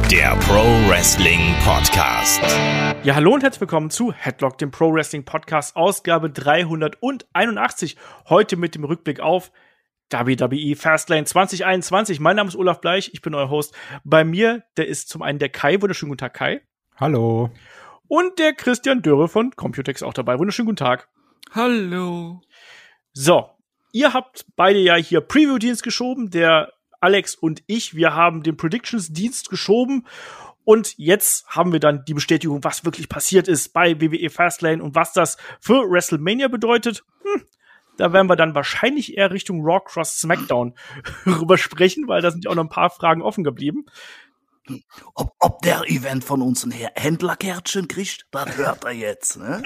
der Pro Wrestling Podcast. Ja, hallo und herzlich willkommen zu Headlock, dem Pro Wrestling Podcast, Ausgabe 381. Heute mit dem Rückblick auf WWE Fastlane 2021. Mein Name ist Olaf Bleich, ich bin euer Host. Bei mir, der ist zum einen der Kai. Wunderschönen guten Tag, Kai. Hallo. Und der Christian Dörre von Computex auch dabei. Wunderschönen guten Tag. Hallo. So, ihr habt beide ja hier Preview-Dienst geschoben, der Alex und ich, wir haben den Predictions-Dienst geschoben und jetzt haben wir dann die Bestätigung, was wirklich passiert ist bei WWE Fastlane und was das für WrestleMania bedeutet. Da werden wir dann wahrscheinlich eher Richtung Raw Cross SmackDown rüber sprechen, weil da sind ja auch noch ein paar Fragen offen geblieben. Ob der Event von uns ein Händlerkärtchen kriegt, das hört er jetzt, ne?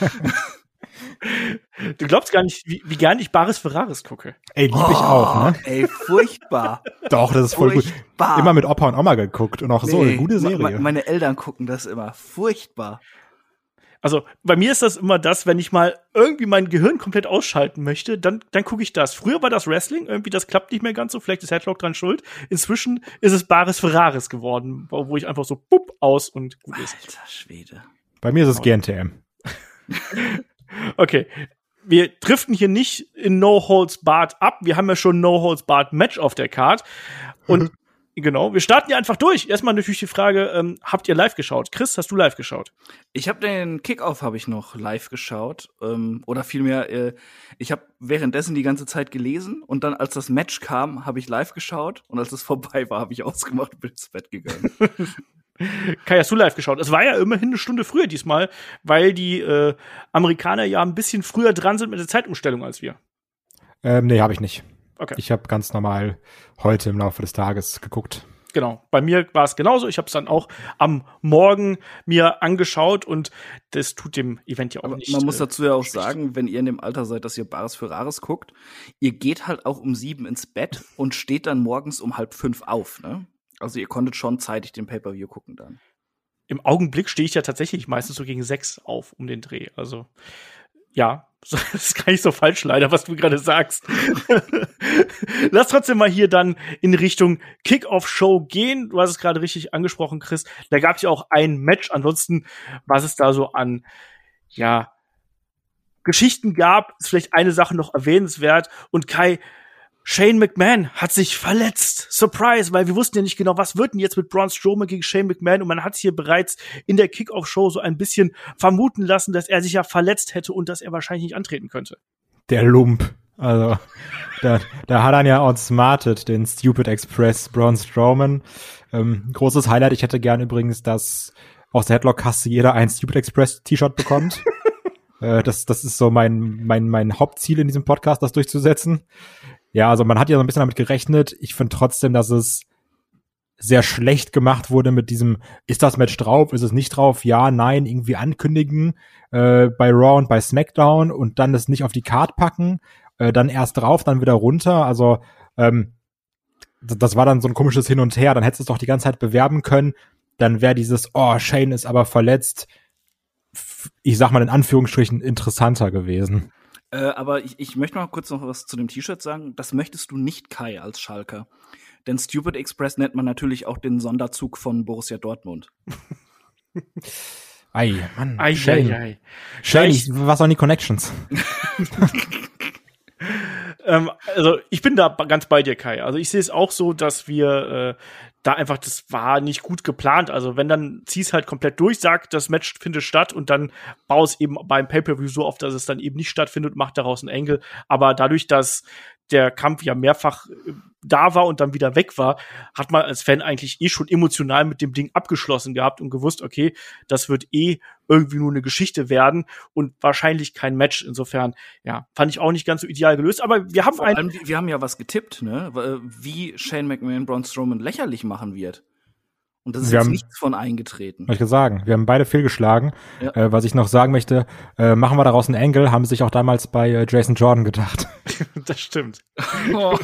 Du glaubst gar nicht, wie gern ich Baris Ferraris gucke. Ey, lieb ich auch, ne? Ey, furchtbar. Doch, das ist voll Furchtbar. gut. Immer mit Opa und Oma geguckt und auch so eine gute Serie. Meine Eltern gucken das immer. Furchtbar. Also, bei mir ist das immer das, wenn ich mal irgendwie mein Gehirn komplett ausschalten möchte, dann gucke ich das. Früher war das Wrestling, irgendwie das klappt nicht mehr ganz so, vielleicht ist Headlock dran schuld. Inzwischen ist es Baris Ferraris geworden, wo ich einfach so pupp aus und gut ist. Alter Schwede. Bei mir ist es GNTM. Okay, wir driften hier nicht in No Holds Barred ab. Wir haben ja schon No Holds Barred Match auf der Card. Und genau, wir starten ja einfach durch. Erstmal natürlich die Frage, habt ihr live geschaut? Chris, hast du live geschaut? Ich habe den Kickoff habe ich noch live geschaut. Oder vielmehr, ich habe währenddessen die ganze Zeit gelesen und dann, als das Match kam, habe ich live geschaut und als es vorbei war, habe ich ausgemacht und bin ins Bett gegangen. Kai, hast du live geschaut? Es war ja immerhin eine Stunde früher diesmal, weil die Amerikaner ja ein bisschen früher dran sind mit der Zeitumstellung als wir. Nee, habe ich nicht. Okay. Ich habe ganz normal heute im Laufe des Tages geguckt. Genau, bei mir war es genauso. Ich habe es dann auch am Morgen mir angeschaut und das tut dem Event ja auch Aber nicht. man muss dazu ja auch schlecht. sagen, wenn ihr in dem Alter seid, dass ihr Baris Ferraris guckt, ihr geht halt auch um 7 ins Bett und steht dann morgens um 4:30 auf, ne? Also ihr konntet schon zeitig den Pay-Per-View gucken dann. Im Augenblick stehe ich ja tatsächlich meistens so gegen 6 auf um den Dreh. Also ja, das ist gar nicht so falsch leider, was du gerade sagst. Lass trotzdem mal hier dann in Richtung Kick-Off-Show gehen. Du hast es gerade richtig angesprochen, Chris. Da gab es ja auch ein Match. Ansonsten, was es da so an, ja, Geschichten gab, ist vielleicht eine Sache noch erwähnenswert. Und Kai, Shane McMahon hat sich verletzt. Surprise, weil wir wussten ja nicht genau, was wird denn jetzt mit Braun Strowman gegen Shane McMahon. Und man hat hier bereits in der Kickoff-Show so ein bisschen vermuten lassen, dass er sich ja verletzt hätte und dass er wahrscheinlich nicht antreten könnte. Der Lump. Also, da hat er ja outsmartet, den Stupid Express Braun Strowman. Großes Highlight. Ich hätte gern übrigens, dass aus der Headlock-Kasse jeder ein Stupid Express T-Shirt bekommt. Das ist so mein Hauptziel in diesem Podcast, das durchzusetzen. Ja, also man hat ja so ein bisschen damit gerechnet. Ich finde trotzdem, dass es sehr schlecht gemacht wurde mit diesem, ist das Match drauf, ist es nicht drauf, ja, nein, irgendwie ankündigen bei Raw und bei SmackDown und dann es nicht auf die Card packen, dann erst drauf, dann wieder runter. Also das war dann so ein komisches Hin und Her. Dann hättest du es doch die ganze Zeit bewerben können. Dann wäre dieses, oh, Shane ist aber verletzt, ich sag mal in Anführungsstrichen, interessanter gewesen. Aber ich möchte mal kurz noch was zu dem T-Shirt sagen. Das möchtest du nicht, Kai, als Schalker. Denn Stupid Express nennt man natürlich auch den Sonderzug von Borussia Dortmund. Ei, Mann. Shane, was waren die Connections? Also ich bin da ganz bei dir, Kai. Also ich sehe es auch so, dass wir da einfach, das war nicht gut geplant. Also wenn, dann zieh's halt komplett durch, sag, das Match findet statt und dann baust eben beim Pay-Per-View so auf, dass es dann eben nicht stattfindet, macht daraus einen Angle. Aber dadurch, dass der Kampf ja mehrfach da war und dann wieder weg war, hat man als Fan eigentlich schon emotional mit dem Ding abgeschlossen gehabt und gewusst, okay, das wird irgendwie nur eine Geschichte werden und wahrscheinlich kein Match. Insofern, ja, fand ich auch nicht ganz so ideal gelöst, aber wir haben wir haben ja was getippt, ne? Wie Shane McMahon Braun Strowman lächerlich machen wird. Und das ist jetzt nichts von eingetreten. Wollte ich sagen, wir haben beide fehlgeschlagen. Ja. Was ich noch sagen möchte, machen wir daraus einen Angle, haben sich auch damals bei Jason Jordan gedacht. Das stimmt. Ihr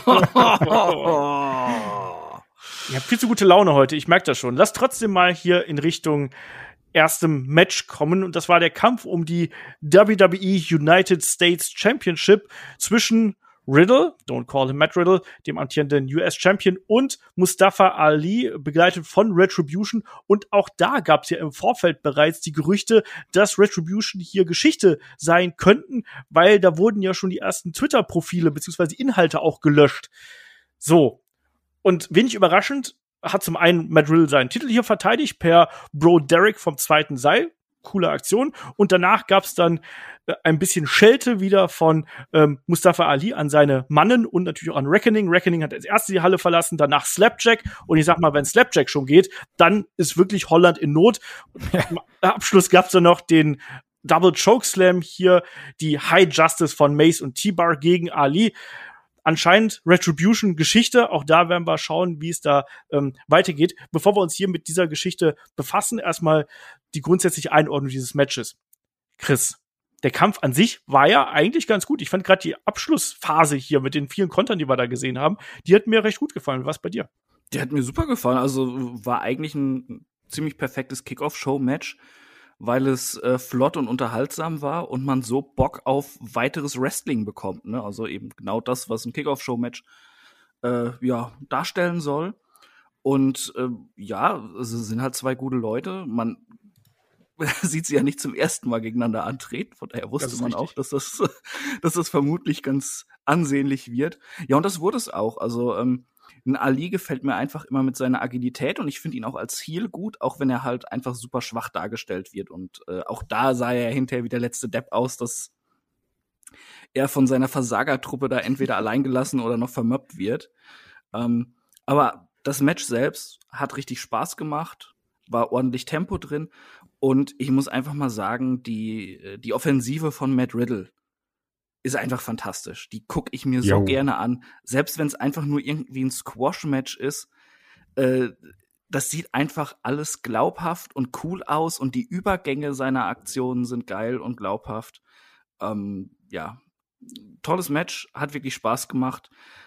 habt viel zu gute Laune heute, ich merke das schon. Lass trotzdem mal hier in Richtung erstem Match kommen. Und das war der Kampf um die WWE United States Championship zwischen Riddle, don't call him Matt Riddle, dem amtierenden US-Champion, und Mustafa Ali, begleitet von Retribution. Und auch da gab es ja im Vorfeld bereits die Gerüchte, dass Retribution hier Geschichte sein könnten, weil da wurden ja schon die ersten Twitter-Profile beziehungsweise Inhalte auch gelöscht. So. Und wenig überraschend hat zum einen Matt Riddle seinen Titel hier verteidigt per Bro Derek vom zweiten Seil. Coole Aktion. Und danach gab's dann ein bisschen Schelte wieder von Mustafa Ali an seine Mannen und natürlich auch an Reckoning. Reckoning hat als erstes die Halle verlassen, danach Slapjack. Und ich sag mal, wenn Slapjack schon geht, dann ist wirklich Holland in Not. Im Abschluss gab's dann noch den Double Chokeslam hier, die High Justice von Mace und T-Bar gegen Ali. Anscheinend Retribution Geschichte. Auch da werden wir schauen, wie es da weitergeht. Bevor wir uns hier mit dieser Geschichte befassen, erstmal die grundsätzliche Einordnung dieses Matches. Chris, der Kampf an sich war ja eigentlich ganz gut. Ich fand gerade die Abschlussphase hier mit den vielen Kontern, die wir da gesehen haben, die hat mir recht gut gefallen. Was bei dir? Die hat mir super gefallen. Also war eigentlich ein ziemlich perfektes Kick-Off-Show-Match, weil es flott und unterhaltsam war und man so Bock auf weiteres Wrestling bekommt. Ne? Also eben genau das, was ein Kick-Off-Show-Match darstellen soll. Und es sind halt zwei gute Leute. Man sieht sie ja nicht zum ersten Mal gegeneinander antreten. Von daher wusste man auch, dass das vermutlich ganz ansehnlich wird. Ja, und das wurde es auch. Also ein Ali gefällt mir einfach immer mit seiner Agilität und ich finde ihn auch als Heel gut, auch wenn er halt einfach super schwach dargestellt wird. Und auch da sah er hinterher wie der letzte Depp aus, dass er von seiner Versagertruppe da entweder allein gelassen oder noch vermöppt wird. Aber das Match selbst hat richtig Spaß gemacht, war ordentlich Tempo drin und ich muss einfach mal sagen, die Offensive von Matt Riddle ist einfach fantastisch. Die gucke ich mir so gerne an. Selbst wenn es einfach nur irgendwie ein Squash-Match ist, das sieht einfach alles glaubhaft und cool aus und die Übergänge seiner Aktionen sind geil und glaubhaft. Tolles Match, hat wirklich Spaß gemacht.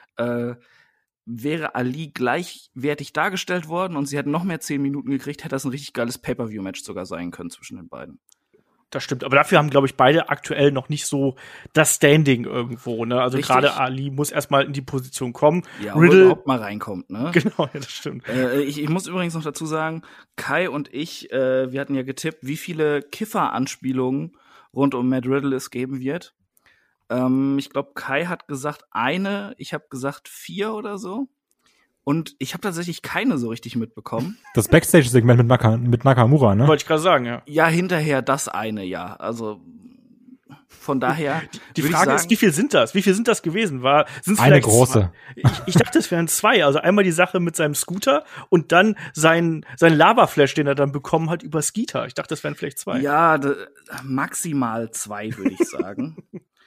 Wäre Ali gleichwertig dargestellt worden und sie hätten noch mehr 10 Minuten gekriegt, hätte das ein richtig geiles Pay-Per-View-Match sogar sein können zwischen den beiden. Das stimmt, aber dafür haben, glaube ich, beide aktuell noch nicht so das Standing irgendwo, ne? Also gerade Ali muss erstmal in die Position kommen. Ja, Riddle überhaupt mal reinkommt, ne? Genau, ja, das stimmt. Ich muss übrigens noch dazu sagen, Kai und ich, wir hatten ja getippt, wie viele Kiffer-Anspielungen rund um Matt Riddle es geben wird. Ich glaube, Kai hat gesagt 1, ich habe gesagt 4 oder so. Und ich habe tatsächlich keine so richtig mitbekommen. Das Backstage-Segment mit Nakamura, ne? Wollte ich gerade sagen, ja. Ja, hinterher das eine, ja. Also von daher. Die Frage ist, wie viel sind das? Wie viel sind das gewesen? Sind's eine große. Ich dachte, es wären 2. Also einmal die Sache mit seinem Scooter und dann sein Lava-Flash, den er dann bekommen hat über Skeeter. Ich dachte, es wären vielleicht 2. Ja, maximal 2, würde ich sagen.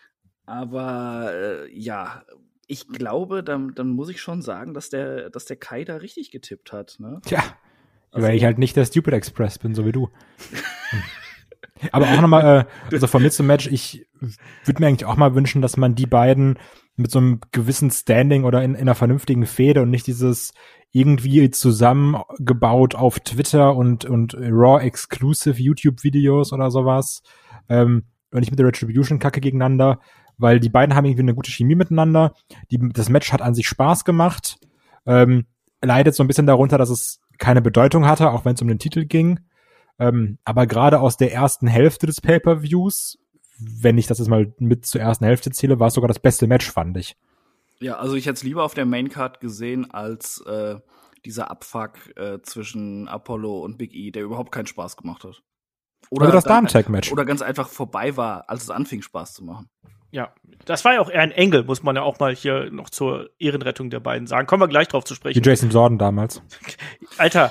Aber ich glaube, dann muss ich schon sagen, dass der Kai da richtig getippt hat. Ne? Tja, weil ich halt nicht der Stupid Express bin, so wie du. Aber auch nochmal, also von mir zum Match, ich würde mir eigentlich auch mal wünschen, dass man die beiden mit so einem gewissen Standing oder in einer vernünftigen Fehde und nicht dieses irgendwie zusammengebaut auf Twitter und Raw Exclusive YouTube-Videos oder sowas. Und nicht mit der Retribution-Kacke gegeneinander, weil die beiden haben irgendwie eine gute Chemie miteinander. Das Match hat an sich Spaß gemacht. Leidet so ein bisschen darunter, dass es keine Bedeutung hatte, auch wenn es um den Titel ging. Aber gerade aus der ersten Hälfte des Pay-Per-Views, wenn ich das jetzt mal mit zur ersten Hälfte zähle, war es sogar das beste Match, fand ich. Ja, also ich hätte es lieber auf der Maincard gesehen als dieser Abfuck zwischen Apollo und Big E, der überhaupt keinen Spaß gemacht hat. Oder das Damen-Tag-Match. Oder ganz einfach vorbei war, als es anfing, Spaß zu machen. Ja, das war ja auch eher ein Engel, muss man ja auch mal hier noch zur Ehrenrettung der beiden sagen. Kommen wir gleich drauf zu sprechen. Wie Jason Jordan damals. Alter.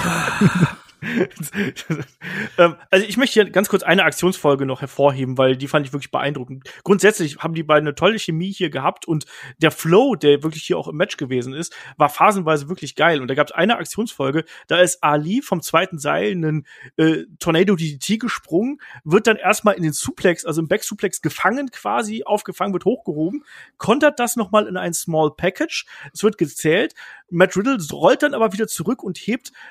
Also ich möchte hier ganz kurz eine Aktionsfolge noch hervorheben, weil die fand ich wirklich beeindruckend. Grundsätzlich haben die beiden eine tolle Chemie hier gehabt und der Flow, der wirklich hier auch im Match gewesen ist, war phasenweise wirklich geil. Und da gab es eine Aktionsfolge, da ist Ali vom zweiten Seil einen Tornado DDT gesprungen, wird dann erstmal in den Suplex, also im Back-Suplex gefangen quasi, aufgefangen, wird hochgehoben, kontert das nochmal in ein Small Package, es wird gezählt, Matt Riddle rollt dann aber wieder zurück und hebt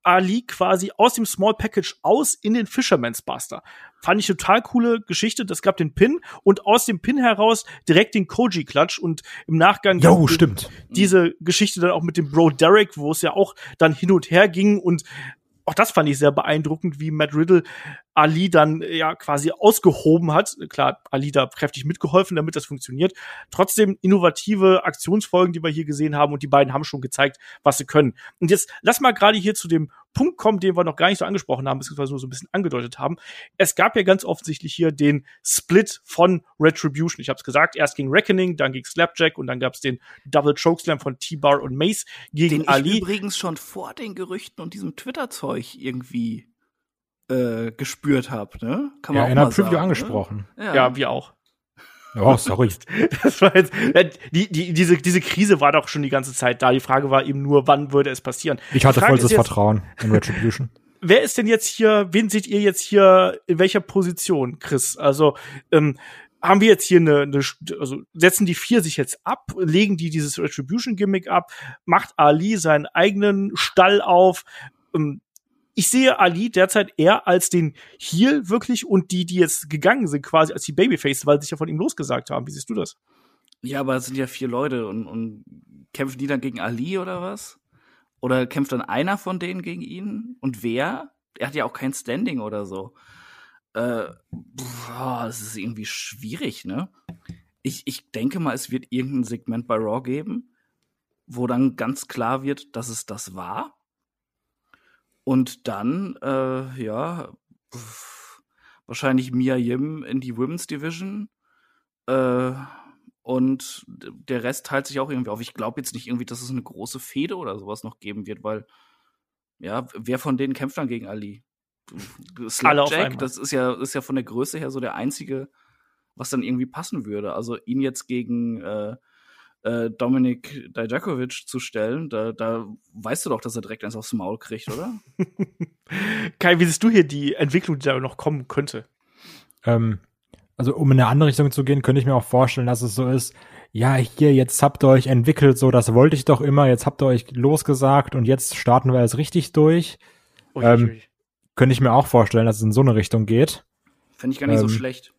Ali quasi aus dem Small Package in den Fisherman's Buster. Fand ich total coole Geschichte. Das gab den Pin und aus dem Pin heraus direkt den Koji-Klatsch und im Nachgang stimmt. Diese Geschichte dann auch mit dem Bro Derek, wo es ja auch dann hin und her ging und auch das fand ich sehr beeindruckend, wie Matt Riddle Ali dann ja quasi ausgehoben hat. Klar, Ali da kräftig mitgeholfen, damit das funktioniert. Trotzdem innovative Aktionsfolgen, die wir hier gesehen haben und die beiden haben schon gezeigt, was sie können. Und jetzt lass mal gerade hier zu dem Punkt kommen, den wir noch gar nicht so angesprochen haben, beziehungsweise nur so ein bisschen angedeutet haben. Es gab ja ganz offensichtlich hier den Split von Retribution. Ich habe es gesagt, erst gegen Reckoning, dann gegen Slapjack und dann gab es den Double Chokeslam von T-Bar und Mace gegen Ali. Den ich übrigens schon vor den Gerüchten und diesem Twitter-Zeug irgendwie gespürt habe, ne? Kann man auch in mal der Preview sagen, angesprochen. Ne? Ja, wir auch. Oh, sorry. Das war jetzt, diese Krise war doch schon die ganze Zeit da. Die Frage war eben nur, wann würde es passieren? Ich hatte vollstes Vertrauen in Retribution. Wer ist denn jetzt hier, wen seht ihr jetzt hier in welcher Position, Chris? Also, haben wir jetzt hier also setzen die 4 sich jetzt ab, legen die dieses Retribution-Gimmick ab, macht Ali seinen eigenen Stall auf, ich sehe Ali derzeit eher als den Heel wirklich und die jetzt gegangen sind quasi als die Babyface, weil sie sich ja von ihm losgesagt haben. Wie siehst du das? Ja, aber es sind ja 4 Leute und kämpfen die dann gegen Ali oder was? Oder kämpft dann einer von denen gegen ihn? Und wer? Er hat ja auch kein Standing oder so. Das ist irgendwie schwierig, ne? Ich denke mal, es wird irgendein Segment bei Raw geben, wo dann ganz klar wird, dass es das war. Und dann, wahrscheinlich Mia Yim in die Women's Division. Und der Rest teilt sich auch irgendwie auf. Ich glaube jetzt nicht irgendwie, dass es eine große Fehde oder sowas noch geben wird, weil, ja, wer von denen kämpft dann gegen Ali? Slapjack, das ist ja von der Größe her so der einzige, was dann irgendwie passen würde. Also ihn jetzt gegen Dominik Dijakovic zu stellen, da weißt du doch, dass er direkt eins aufs Maul kriegt, oder? Kai, wie siehst du hier die Entwicklung, die da noch kommen könnte? Also um in eine andere Richtung zu gehen, könnte ich mir auch vorstellen, dass es so ist, ja, hier, jetzt habt ihr euch entwickelt, so, das wollte ich doch immer, jetzt habt ihr euch losgesagt und jetzt starten wir es richtig durch. Könnte ich mir auch vorstellen, dass es in so eine Richtung geht. Fände ich gar nicht so schlecht.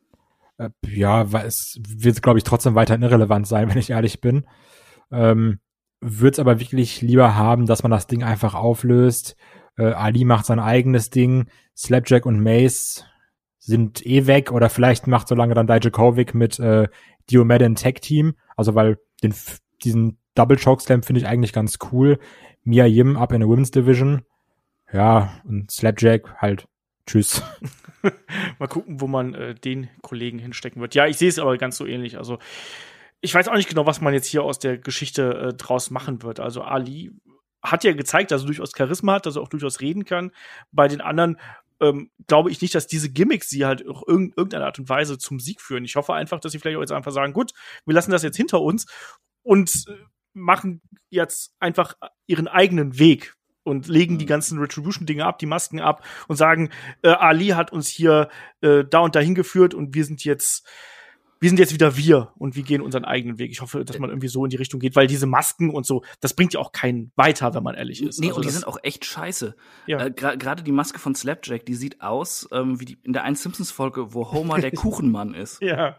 Ja, weil es wird, glaube ich, trotzdem weiterhin irrelevant sein, wenn ich ehrlich bin. Würde es aber wirklich lieber haben, dass man das Ding einfach auflöst. Ali macht sein eigenes Ding. Slapjack und Mace sind weg oder vielleicht macht so lange dann Dijakovic mit Dio Madden Tag Team. Also weil diesen Double Chokeslam finde ich eigentlich ganz cool. Mia Yim up in der Women's Division. Ja, und Slapjack halt. Tschüss. Mal gucken, wo man den Kollegen hinstecken wird. Ja, ich sehe es aber ganz so ähnlich. Also ich weiß auch nicht genau, was man jetzt hier aus der Geschichte draus machen wird. Also Ali hat ja gezeigt, dass er durchaus Charisma hat, dass er auch durchaus reden kann. Bei den anderen glaube ich nicht, dass diese Gimmicks sie halt auch irgendeiner Art und Weise zum Sieg führen. Ich hoffe einfach, dass sie vielleicht auch jetzt einfach sagen, gut, wir lassen das jetzt hinter uns und machen jetzt einfach ihren eigenen Weg und legen die ganzen Retribution-Dinge ab, die Masken ab und sagen, Ali hat uns hier da und dahin geführt und wir sind jetzt wieder wir und wir gehen unseren eigenen Weg. Ich hoffe, dass man irgendwie so in die Richtung geht, weil diese Masken und so, das bringt ja auch keinen weiter, wenn man ehrlich ist. Nee, also und die sind auch echt scheiße. Ja. Gerade die Maske von Slapjack, die sieht aus wie die in der einen Simpsons-Folge, wo Homer der Kuchenmann ist. Ja.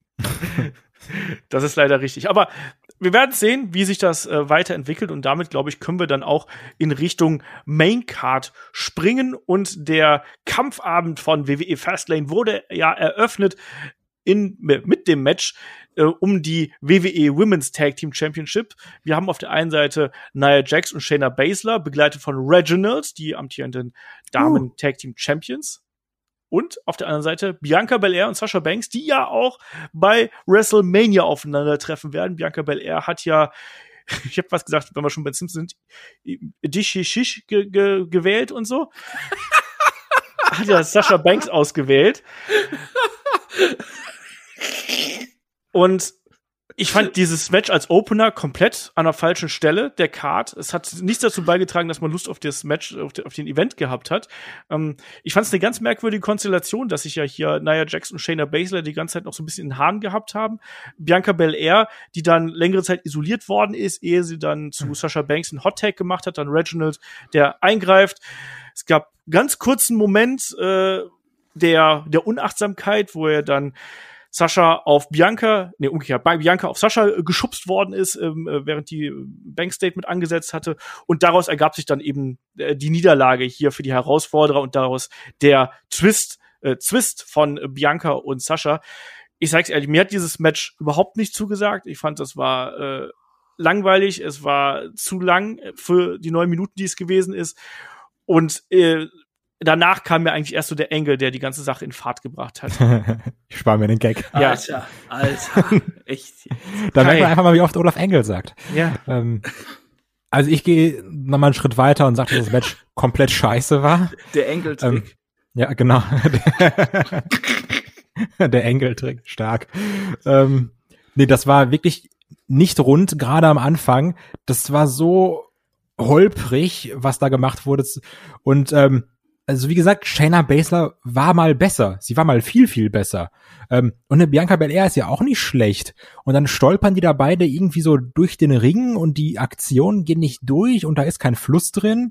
Das ist leider richtig. Aber wir werden sehen, wie sich das weiterentwickelt und damit, glaube ich, können wir dann auch in Richtung Maincard springen und der Kampfabend von WWE Fastlane wurde ja eröffnet mit dem Match um die WWE Women's Tag Team Championship. Wir haben auf der einen Seite Nia Jax und Shayna Baszler, begleitet von Reginald, die amtierenden Damen Tag Team Champions. Und auf der anderen Seite Bianca Belair und Sasha Banks, die ja auch bei WrestleMania aufeinandertreffen werden. Bianca Belair hat ja, ich habe was gesagt, wenn wir schon bei Simpsons sind, Dishish gewählt und so. Hat ja Sasha Banks ausgewählt. Und Ich fand dieses Match als Opener komplett an der falschen Stelle der Card. Es hat nichts dazu beigetragen, dass man Lust auf das Match, auf den Event gehabt hat. Ich fand es eine ganz merkwürdige Konstellation, dass sich ja hier Nia Jax und Shayna Baszler die ganze Zeit noch so ein bisschen in den Haaren gehabt haben. Bianca Belair, die dann längere Zeit isoliert worden ist, ehe sie dann zu Sasha Banks einen Hot Tag gemacht hat, dann Reginald, der eingreift. Es gab ganz kurzen Moment der Unachtsamkeit, wo er dann Sasha auf Bianca, umgekehrt, Bianca auf Sasha geschubst worden ist, während die Bank-Statement angesetzt hatte. Und daraus ergab sich dann eben die Niederlage hier für die Herausforderer und daraus der Zwist von Bianca und Sasha. Ich sag's ehrlich, mir hat dieses Match überhaupt nicht zugesagt. Ich fand, das war langweilig, es war zu lang für die 9 Minuten, die es gewesen ist. Und danach kam mir eigentlich erst so der Angle, der die ganze Sache in Fahrt gebracht hat. Ich spare mir den Gag. Ja. Alter, echt. Da merkt man einfach mal, wie oft Olaf Engel sagt. Ja. Also ich gehe nochmal einen Schritt weiter und sage, dass das Match komplett scheiße war. Der Engeltrick. Ja, genau. Der Engeltrick, stark. Nee, das war wirklich nicht rund, gerade am Anfang. Das war so holprig, was da gemacht wurde. Und also wie gesagt, Shayna Baszler war mal besser. Sie war mal viel, viel besser. Und eine Bianca Belair ist ja auch nicht schlecht. Und dann stolpern die da beide irgendwie so durch den Ring und die Aktionen gehen nicht durch und da ist kein Fluss drin.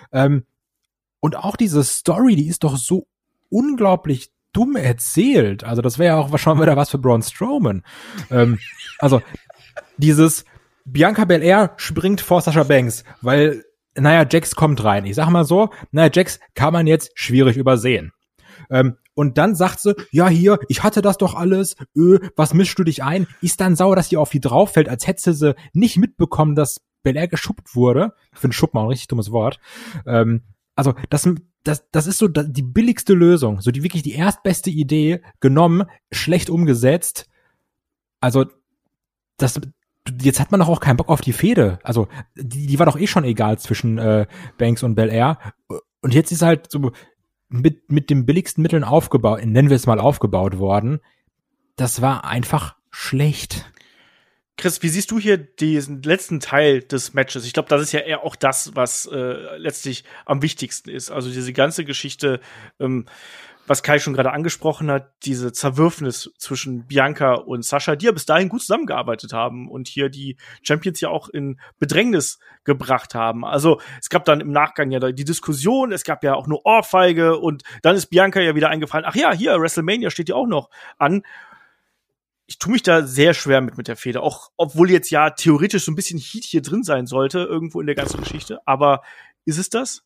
Und auch diese Story, die ist doch so unglaublich dumm erzählt. Also das wäre ja auch schon wieder was für Braun Strowman. Also dieses Bianca Belair springt vor Sasha Banks, weil Nia Jax kommt rein. Ich sag mal so, Nia Jax kann man jetzt schwierig übersehen. Und dann sagt sie, ja hier, ich hatte das doch alles, was mischst du dich ein? Ist dann sauer, dass die auf die drauf fällt, als hätte sie nicht mitbekommen, dass Belair geschuppt wurde. Ich finde Schuppen auch ein richtig dummes Wort. Also das ist so die billigste Lösung, so wirklich die erstbeste Idee genommen, schlecht umgesetzt. Also jetzt hat man doch auch keinen Bock auf die Fehde. Also die war doch eh schon egal zwischen Banks und Belair. Und jetzt ist halt so mit den billigsten Mitteln aufgebaut, nennen wir es mal aufgebaut worden. Das war einfach schlecht. Chris, wie siehst du hier diesen letzten Teil des Matches? Ich glaube, das ist ja eher auch das, was letztlich am wichtigsten ist. Also diese ganze Geschichte, was Kai schon gerade angesprochen hat, diese Zerwürfnis zwischen Bianca und Sasha, die ja bis dahin gut zusammengearbeitet haben und hier die Champions ja auch in Bedrängnis gebracht haben. Also es gab dann im Nachgang ja die Diskussion, es gab ja auch nur Ohrfeige und dann ist Bianca ja wieder eingefallen, ach ja, hier, WrestleMania steht ja auch noch an. Ich tue mich da sehr schwer mit der Fehde, auch obwohl jetzt ja theoretisch so ein bisschen Heat hier drin sein sollte, irgendwo in der ganzen Geschichte. Aber ist es das?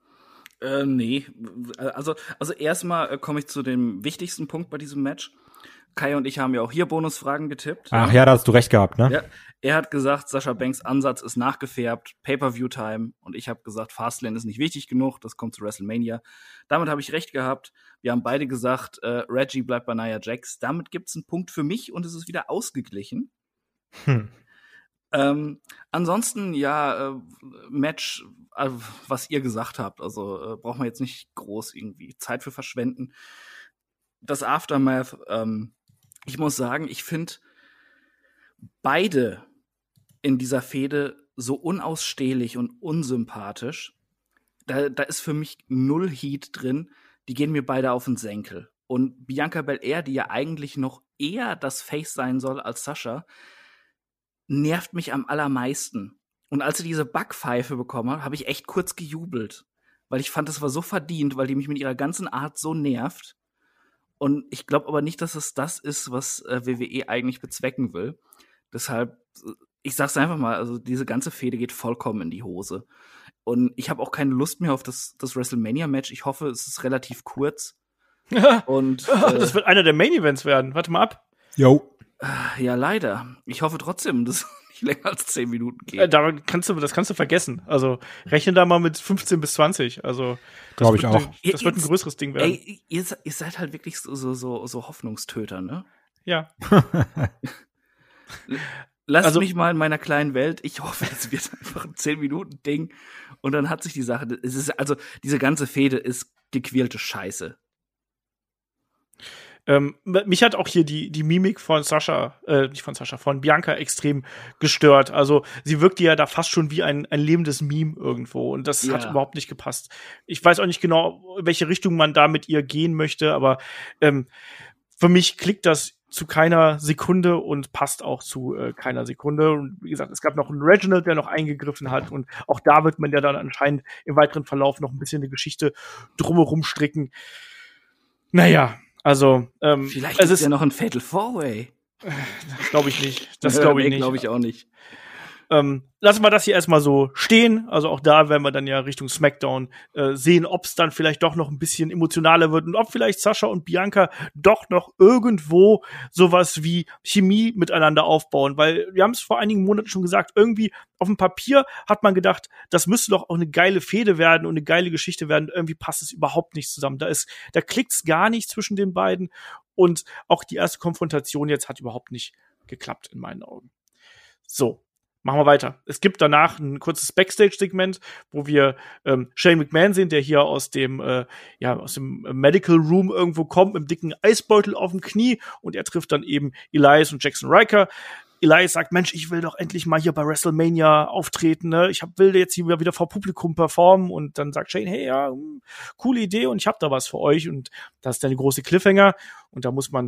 Nee. Also erstmal komme ich zu dem wichtigsten Punkt bei diesem Match. Kai und ich haben ja auch hier Bonusfragen getippt. Ach ja, da hast du recht gehabt, ne? Ja, er hat gesagt, Sasha Banks Ansatz ist nachgefärbt, Pay-Per-View-Time. Und ich habe gesagt, Fastlane ist nicht wichtig genug, das kommt zu WrestleMania. Damit habe ich recht gehabt. Wir haben beide gesagt, Reggie bleibt bei Nia Jax. Damit gibt's einen Punkt für mich und es ist wieder ausgeglichen. Ansonsten, ja, Match, was ihr gesagt habt. Also braucht man jetzt nicht groß irgendwie Zeit für verschwenden. Das Aftermath, ich muss sagen, ich finde beide in dieser Fehde so unausstehlich und unsympathisch. Da ist für mich null Heat drin. Die gehen mir beide auf den Senkel. Und Bianca Belair, die ja eigentlich noch eher das Face sein soll als Sasha, nervt mich am allermeisten. Und als sie diese Backpfeife bekommen hat, habe ich echt kurz gejubelt. Weil ich fand, das war so verdient, weil die mich mit ihrer ganzen Art so nervt. Und ich glaube aber nicht, dass es das ist, was WWE eigentlich bezwecken will. Deshalb, ich sag's einfach mal, also diese ganze Fehde geht vollkommen in die Hose. Und ich habe auch keine Lust mehr auf das WrestleMania-Match. Ich hoffe, es ist relativ kurz. Und das wird einer der Main-Events werden. Warte mal ab. Jo. Ja, leider. Ich hoffe trotzdem, dass es nicht länger als 10 Minuten geht. Das kannst du vergessen. Also rechne da mal mit 15 bis 20. Also glaube ich auch. Das wird ein größeres Ding werden. Ey, ihr seid halt wirklich so Hoffnungstöter, ne? Ja. Lasst mich mal in meiner kleinen Welt. Ich hoffe, es wird einfach ein 10-Minuten-Ding. Und dann hat sich die Sache. Also diese ganze Fehde ist gequälte Scheiße. Mich hat auch hier die Mimik von von Bianca extrem gestört. Also sie wirkte ja da fast schon wie ein lebendes Meme irgendwo und das hat überhaupt nicht gepasst. Ich weiß auch nicht genau, in welche Richtung man da mit ihr gehen möchte, aber für mich klickt das zu keiner Sekunde und passt auch zu keiner Sekunde. Und wie gesagt, es gab noch einen Reginald, der noch eingegriffen hat und auch da wird man ja dann anscheinend im weiteren Verlauf noch ein bisschen eine Geschichte drumherum stricken. Naja, also vielleicht ist ja noch ein Fatal 4-Way. Das glaube ich nicht. Das glaube ich nicht. Glaube ich auch nicht. Lassen wir das hier erstmal so stehen. Also auch da werden wir dann ja Richtung SmackDown sehen, ob es dann vielleicht doch noch ein bisschen emotionaler wird und ob vielleicht Sascha und Bianca doch noch irgendwo sowas wie Chemie miteinander aufbauen. Weil wir haben es vor einigen Monaten schon gesagt, irgendwie auf dem Papier hat man gedacht, das müsste doch auch eine geile Fehde werden und eine geile Geschichte werden. Irgendwie passt es überhaupt nicht zusammen. Da klickt's gar nicht zwischen den beiden. Und auch die erste Konfrontation jetzt hat überhaupt nicht geklappt in meinen Augen. So. Machen wir weiter. Es gibt danach ein kurzes Backstage-Segment, wo wir Shane McMahon sehen, der hier aus dem Medical Room irgendwo kommt, mit einem dicken Eisbeutel auf dem Knie und er trifft dann eben Elias und Jackson Ryker. Elias sagt, Mensch, ich will doch endlich mal hier bei WrestleMania auftreten, ne? Will jetzt hier wieder vor Publikum performen und dann sagt Shane, hey, ja, coole Idee und ich hab da was für euch und das ist dann der große Cliffhanger und da muss man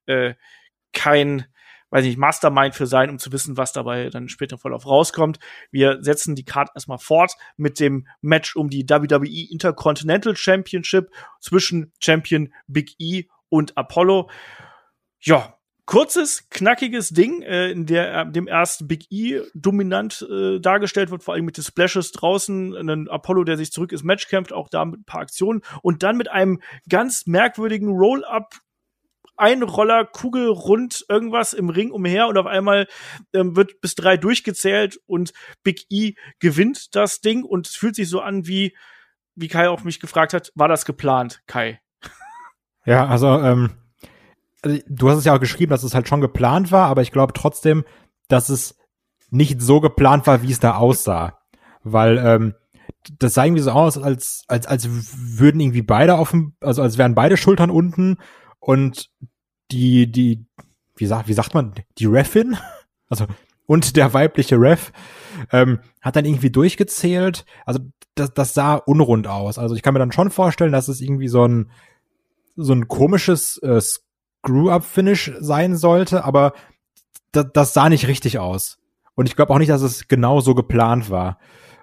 kein Mastermind für sein, um zu wissen, was dabei dann später im Verlauf rauskommt. Wir setzen die Card erstmal fort mit dem Match um die WWE Intercontinental Championship zwischen Champion Big E und Apollo. Ja, kurzes, knackiges Ding, in dem erst Big E dominant dargestellt wird, vor allem mit den Splashes draußen, ein Apollo, der sich zurück ins Match kämpft, auch da mit ein paar Aktionen und dann mit einem ganz merkwürdigen Roll-Up Einroller, Kugel, rund, irgendwas im Ring umher und auf einmal wird bis 3 durchgezählt und Big E gewinnt das Ding und es fühlt sich so an, wie Kai auch mich gefragt hat, war das geplant, Kai? Ja, also du hast es ja auch geschrieben, dass es halt schon geplant war, aber ich glaube trotzdem, dass es nicht so geplant war, wie es da aussah. Weil das sah irgendwie so aus, als würden irgendwie beide als wären beide Schultern unten und wie sagt man, die Refin, also und der weibliche Ref hat dann irgendwie durchgezählt. Also das sah unrund aus. Also ich kann mir dann schon vorstellen, dass es irgendwie so ein komisches Screw-Up-Finish sein sollte, aber das sah nicht richtig aus. Und ich glaube auch nicht, dass es genau so geplant war.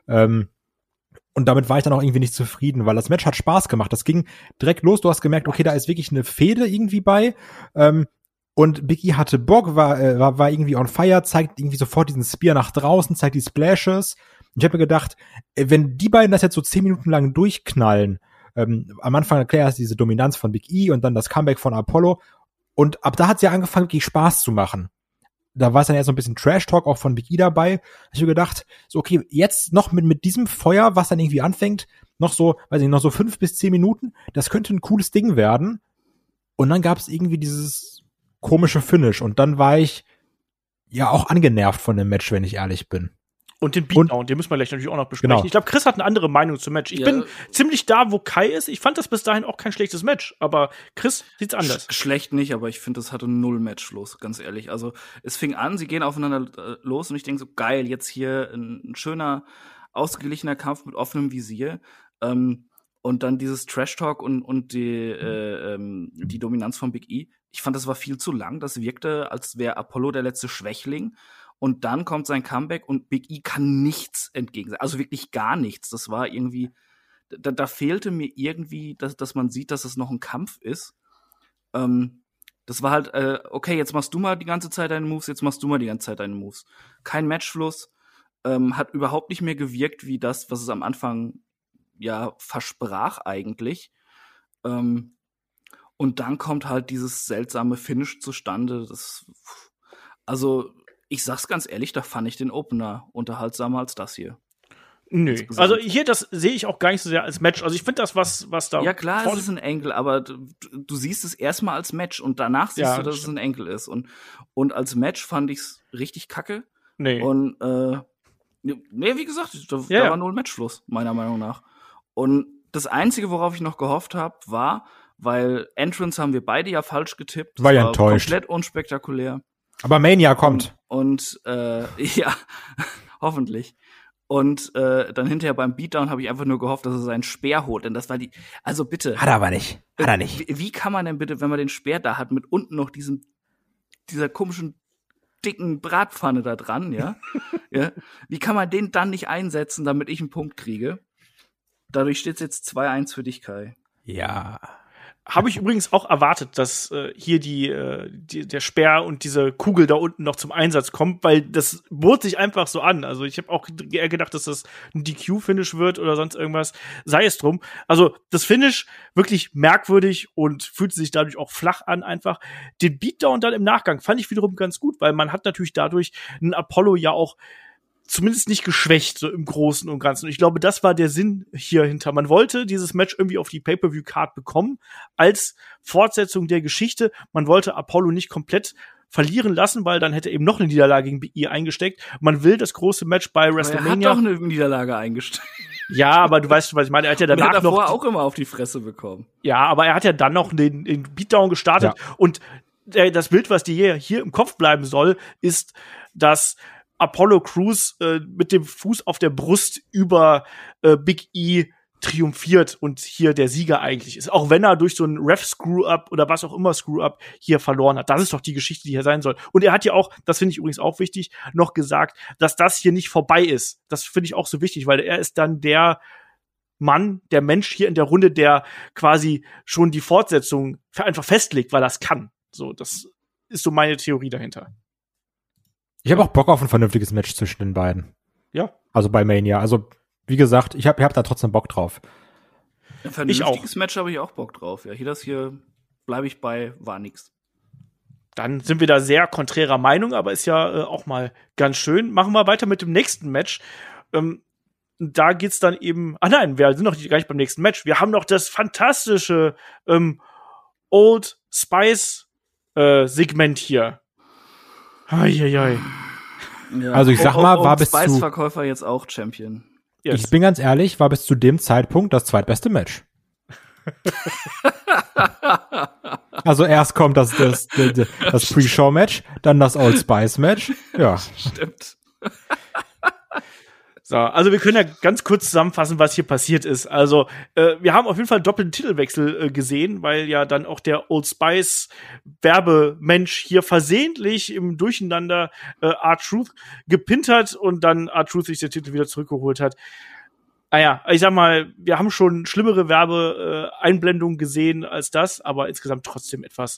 Und damit war ich dann auch irgendwie nicht zufrieden, weil das Match hat Spaß gemacht. Das ging direkt los. Du hast gemerkt, okay, da ist wirklich eine Fehde irgendwie bei. Und Big E hatte Bock, war irgendwie on fire, zeigt irgendwie sofort diesen Spear nach draußen, zeigt die Splashes. Und ich habe mir gedacht, wenn die beiden das jetzt so 10 Minuten lang durchknallen, am Anfang klar ist diese Dominanz von Big E und dann das Comeback von Apollo. Und ab da hat es ja angefangen, wirklich Spaß zu machen. Da war es dann eher so ein bisschen Trash-Talk auch von Big E dabei. Ich habe gedacht, so okay, jetzt noch mit diesem Feuer, was dann irgendwie anfängt, noch so 5 bis 10 Minuten, das könnte ein cooles Ding werden. Und dann gab es irgendwie dieses komische Finish. Und dann war ich ja auch angenervt von dem Match, wenn ich ehrlich bin. Und den Beatdown, den müssen wir gleich natürlich auch noch besprechen. Genau. Ich glaube, Chris hat eine andere Meinung zum Match. Ich bin ziemlich da, wo Kai ist. Ich fand das bis dahin auch kein schlechtes Match. Aber Chris sieht's anders. Schlecht nicht, aber ich finde, es hatte 0 Match los, ganz ehrlich. Also es fing an, sie gehen aufeinander los und ich denke so, geil, jetzt hier ein schöner, ausgeglichener Kampf mit offenem Visier. Und dann dieses Trash-Talk und die Dominanz von Big E. Ich fand, das war viel zu lang. Das wirkte, als wäre Apollo der letzte Schwächling. Und dann kommt sein Comeback und Big E kann nichts entgegensetzen. Also wirklich gar nichts. Das war irgendwie, da fehlte mir irgendwie, dass man sieht, dass es noch ein Kampf ist. Das war halt, okay, jetzt machst du mal die ganze Zeit deine Moves, jetzt machst du mal die ganze Zeit deine Moves. Kein Matchfluss, hat überhaupt nicht mehr gewirkt wie das, was es am Anfang ja versprach eigentlich. Und dann kommt halt dieses seltsame Finish zustande. Also ich sag's ganz ehrlich, da fand ich den Opener unterhaltsamer als das hier. Nö. Also hier, das sehe ich auch gar nicht so sehr als Match. Also ich finde das, was da. Ja klar, es ist ein Angle, aber du siehst es erstmal als Match und danach siehst du, dass es ein Angle ist. Und als Match fand ich's richtig kacke. Nee. Und wie gesagt, da war 0 Matchfluss, meiner Meinung nach. Und das Einzige, worauf ich noch gehofft habe, war, weil Entrance haben wir beide ja falsch getippt. War ja enttäuscht. Komplett unspektakulär. Aber Mania kommt. Und ja, hoffentlich. Und dann hinterher beim Beatdown habe ich einfach nur gehofft, dass er seinen Speer holt. Denn das war also bitte. Hat er aber nicht. Hat er nicht. Wie kann man denn bitte, wenn man den Speer da hat, mit unten noch dieser komischen, dicken Bratpfanne da dran, ja? Ja? Wie kann man den dann nicht einsetzen, damit ich einen Punkt kriege? Dadurch steht es jetzt 2-1 für dich, Kai. Ja. Habe ich übrigens auch erwartet, dass hier der Speer und diese Kugel da unten noch zum Einsatz kommt, weil das bot sich einfach so an. Also ich habe auch eher gedacht, dass das ein DQ-Finish wird oder sonst irgendwas. Sei es drum. Also das Finish wirklich merkwürdig und fühlte sich dadurch auch flach an einfach. Den Beatdown dann im Nachgang fand ich wiederum ganz gut, weil man hat natürlich dadurch einen Apollo ja auch zumindest nicht geschwächt, so im Großen und Ganzen. Und ich glaube, das war der Sinn hier hinter. Man wollte dieses Match irgendwie auf die Pay-Per-View-Card bekommen, als Fortsetzung der Geschichte. Man wollte Apollo nicht komplett verlieren lassen, weil dann hätte eben noch eine Niederlage gegen BI eingesteckt. Man will das große Match bei WrestleMania. Er hat doch eine Niederlage eingesteckt. Ja, aber du weißt, was ich meine. Er hat ja danach davor noch auch immer auf die Fresse bekommen. Ja, aber er hat ja dann noch den Beatdown gestartet. Ja. Und das Bild, was dir hier im Kopf bleiben soll, ist, dass Apollo Crews mit dem Fuß auf der Brust über Big E triumphiert und hier der Sieger eigentlich ist. Auch wenn er durch so einen Ref-Screw-Up oder was auch immer Screw-Up hier verloren hat. Das ist doch die Geschichte, die hier sein soll. Und er hat ja auch, das finde ich übrigens auch wichtig, noch gesagt, dass das hier nicht vorbei ist. Das finde ich auch so wichtig, weil er ist dann der Mann, der Mensch hier in der Runde, der quasi schon die Fortsetzung einfach festlegt, weil er es kann. So, das ist so meine Theorie dahinter. Ich habe auch Bock auf ein vernünftiges Match zwischen den beiden. Ja. Also bei Mania. Also, wie gesagt, ich hab da trotzdem Bock drauf. Ein vernünftiges Match habe ich auch Bock drauf. Ja, hier bleibe ich bei, war nix. Dann sind wir da sehr konträrer Meinung, aber ist ja auch mal ganz schön. Machen wir weiter mit dem nächsten Match. Da geht's dann eben, wir sind noch gar nicht beim nächsten Match. Wir haben noch das fantastische Old Spice Segment hier. Ai. Ja. Also ich sag mal, war bis zu Spice-Verkäufer jetzt auch Champion. Yes. Ich bin ganz ehrlich, war bis zu dem Zeitpunkt das zweitbeste Match. Also erst kommt das Pre-Show-Match, dann das Old Spice-Match. Ja. Stimmt. So, also wir können ja ganz kurz zusammenfassen, was hier passiert ist. Also wir haben auf jeden Fall einen doppelten Titelwechsel gesehen, weil ja dann auch der Old Spice Werbemensch hier versehentlich im Durcheinander R-Truth gepinnt hat und dann R-Truth sich den Titel wieder zurückgeholt hat. Naja, ich sag mal, wir haben schon schlimmere Werbeeinblendungen gesehen als das, aber insgesamt trotzdem etwas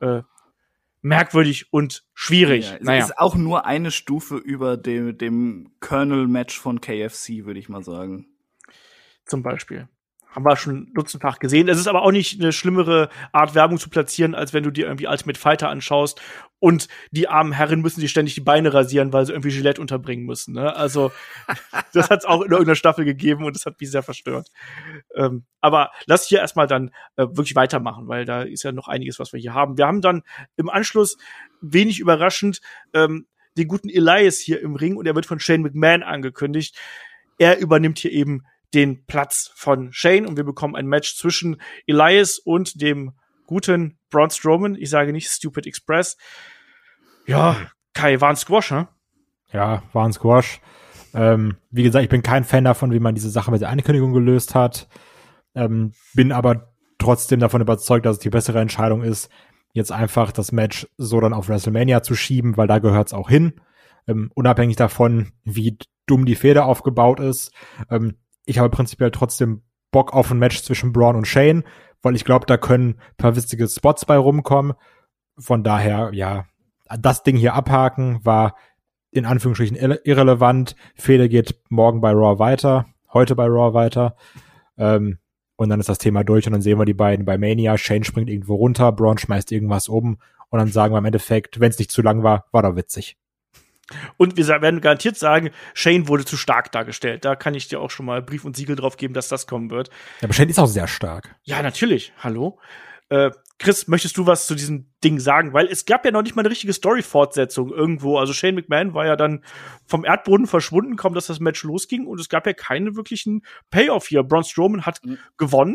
merkwürdig und schwierig. Ja, es ist auch nur eine Stufe über dem Colonel-Match von KFC, würde ich mal sagen. Zum Beispiel. Haben wir schon dutzendfach gesehen. Es ist aber auch nicht eine schlimmere Art, Werbung zu platzieren, als wenn du dir irgendwie Ultimate Fighter anschaust und die armen Herren müssen sich ständig die Beine rasieren, weil sie irgendwie Gillette unterbringen müssen. Ne? Also das hat es auch in irgendeiner Staffel gegeben und das hat mich sehr verstört. Aber lass hier erstmal dann wirklich weitermachen, weil da ist ja noch einiges, was wir hier haben. Wir haben dann im Anschluss, wenig überraschend, den guten Elias hier im Ring und er wird von Shane McMahon angekündigt. Er übernimmt hier eben den Platz von Shane und wir bekommen ein Match zwischen Elias und dem guten Braun Strowman. Ich sage nicht Stupid Express. Ja, Kai, war ein Squash, ne? Ja, war ein Squash. Wie gesagt, ich bin kein Fan davon, wie man diese Sache mit der Ankündigung gelöst hat. Bin aber trotzdem davon überzeugt, dass es die bessere Entscheidung ist, jetzt einfach das Match so dann auf WrestleMania zu schieben, weil da gehört's auch hin. Unabhängig davon, wie dumm die Fehde aufgebaut ist. Ich habe prinzipiell trotzdem Bock auf ein Match zwischen Braun und Shane, weil ich glaube, da können ein paar witzige Spots bei rumkommen. Von daher, ja, das Ding hier abhaken war in Anführungsstrichen irrelevant. Fehde geht morgen bei Raw weiter, heute bei Raw weiter. Und dann ist das Thema durch und dann sehen wir die beiden bei Mania. Shane springt irgendwo runter, Braun schmeißt irgendwas um und dann sagen wir im Endeffekt, wenn es nicht zu lang war doch witzig. Und wir werden garantiert sagen, Shane wurde zu stark dargestellt. Da kann ich dir auch schon mal Brief und Siegel drauf geben, dass das kommen wird. Ja, aber Shane ist auch sehr stark. Ja, natürlich. Hallo. Chris, möchtest du was zu diesem Ding sagen? Weil es gab ja noch nicht mal eine richtige Story-Fortsetzung irgendwo. Also Shane McMahon war ja dann vom Erdboden verschwunden, kaum dass das Match losging. Und es gab ja keinen wirklichen Payoff hier. Braun Strowman hat gewonnen.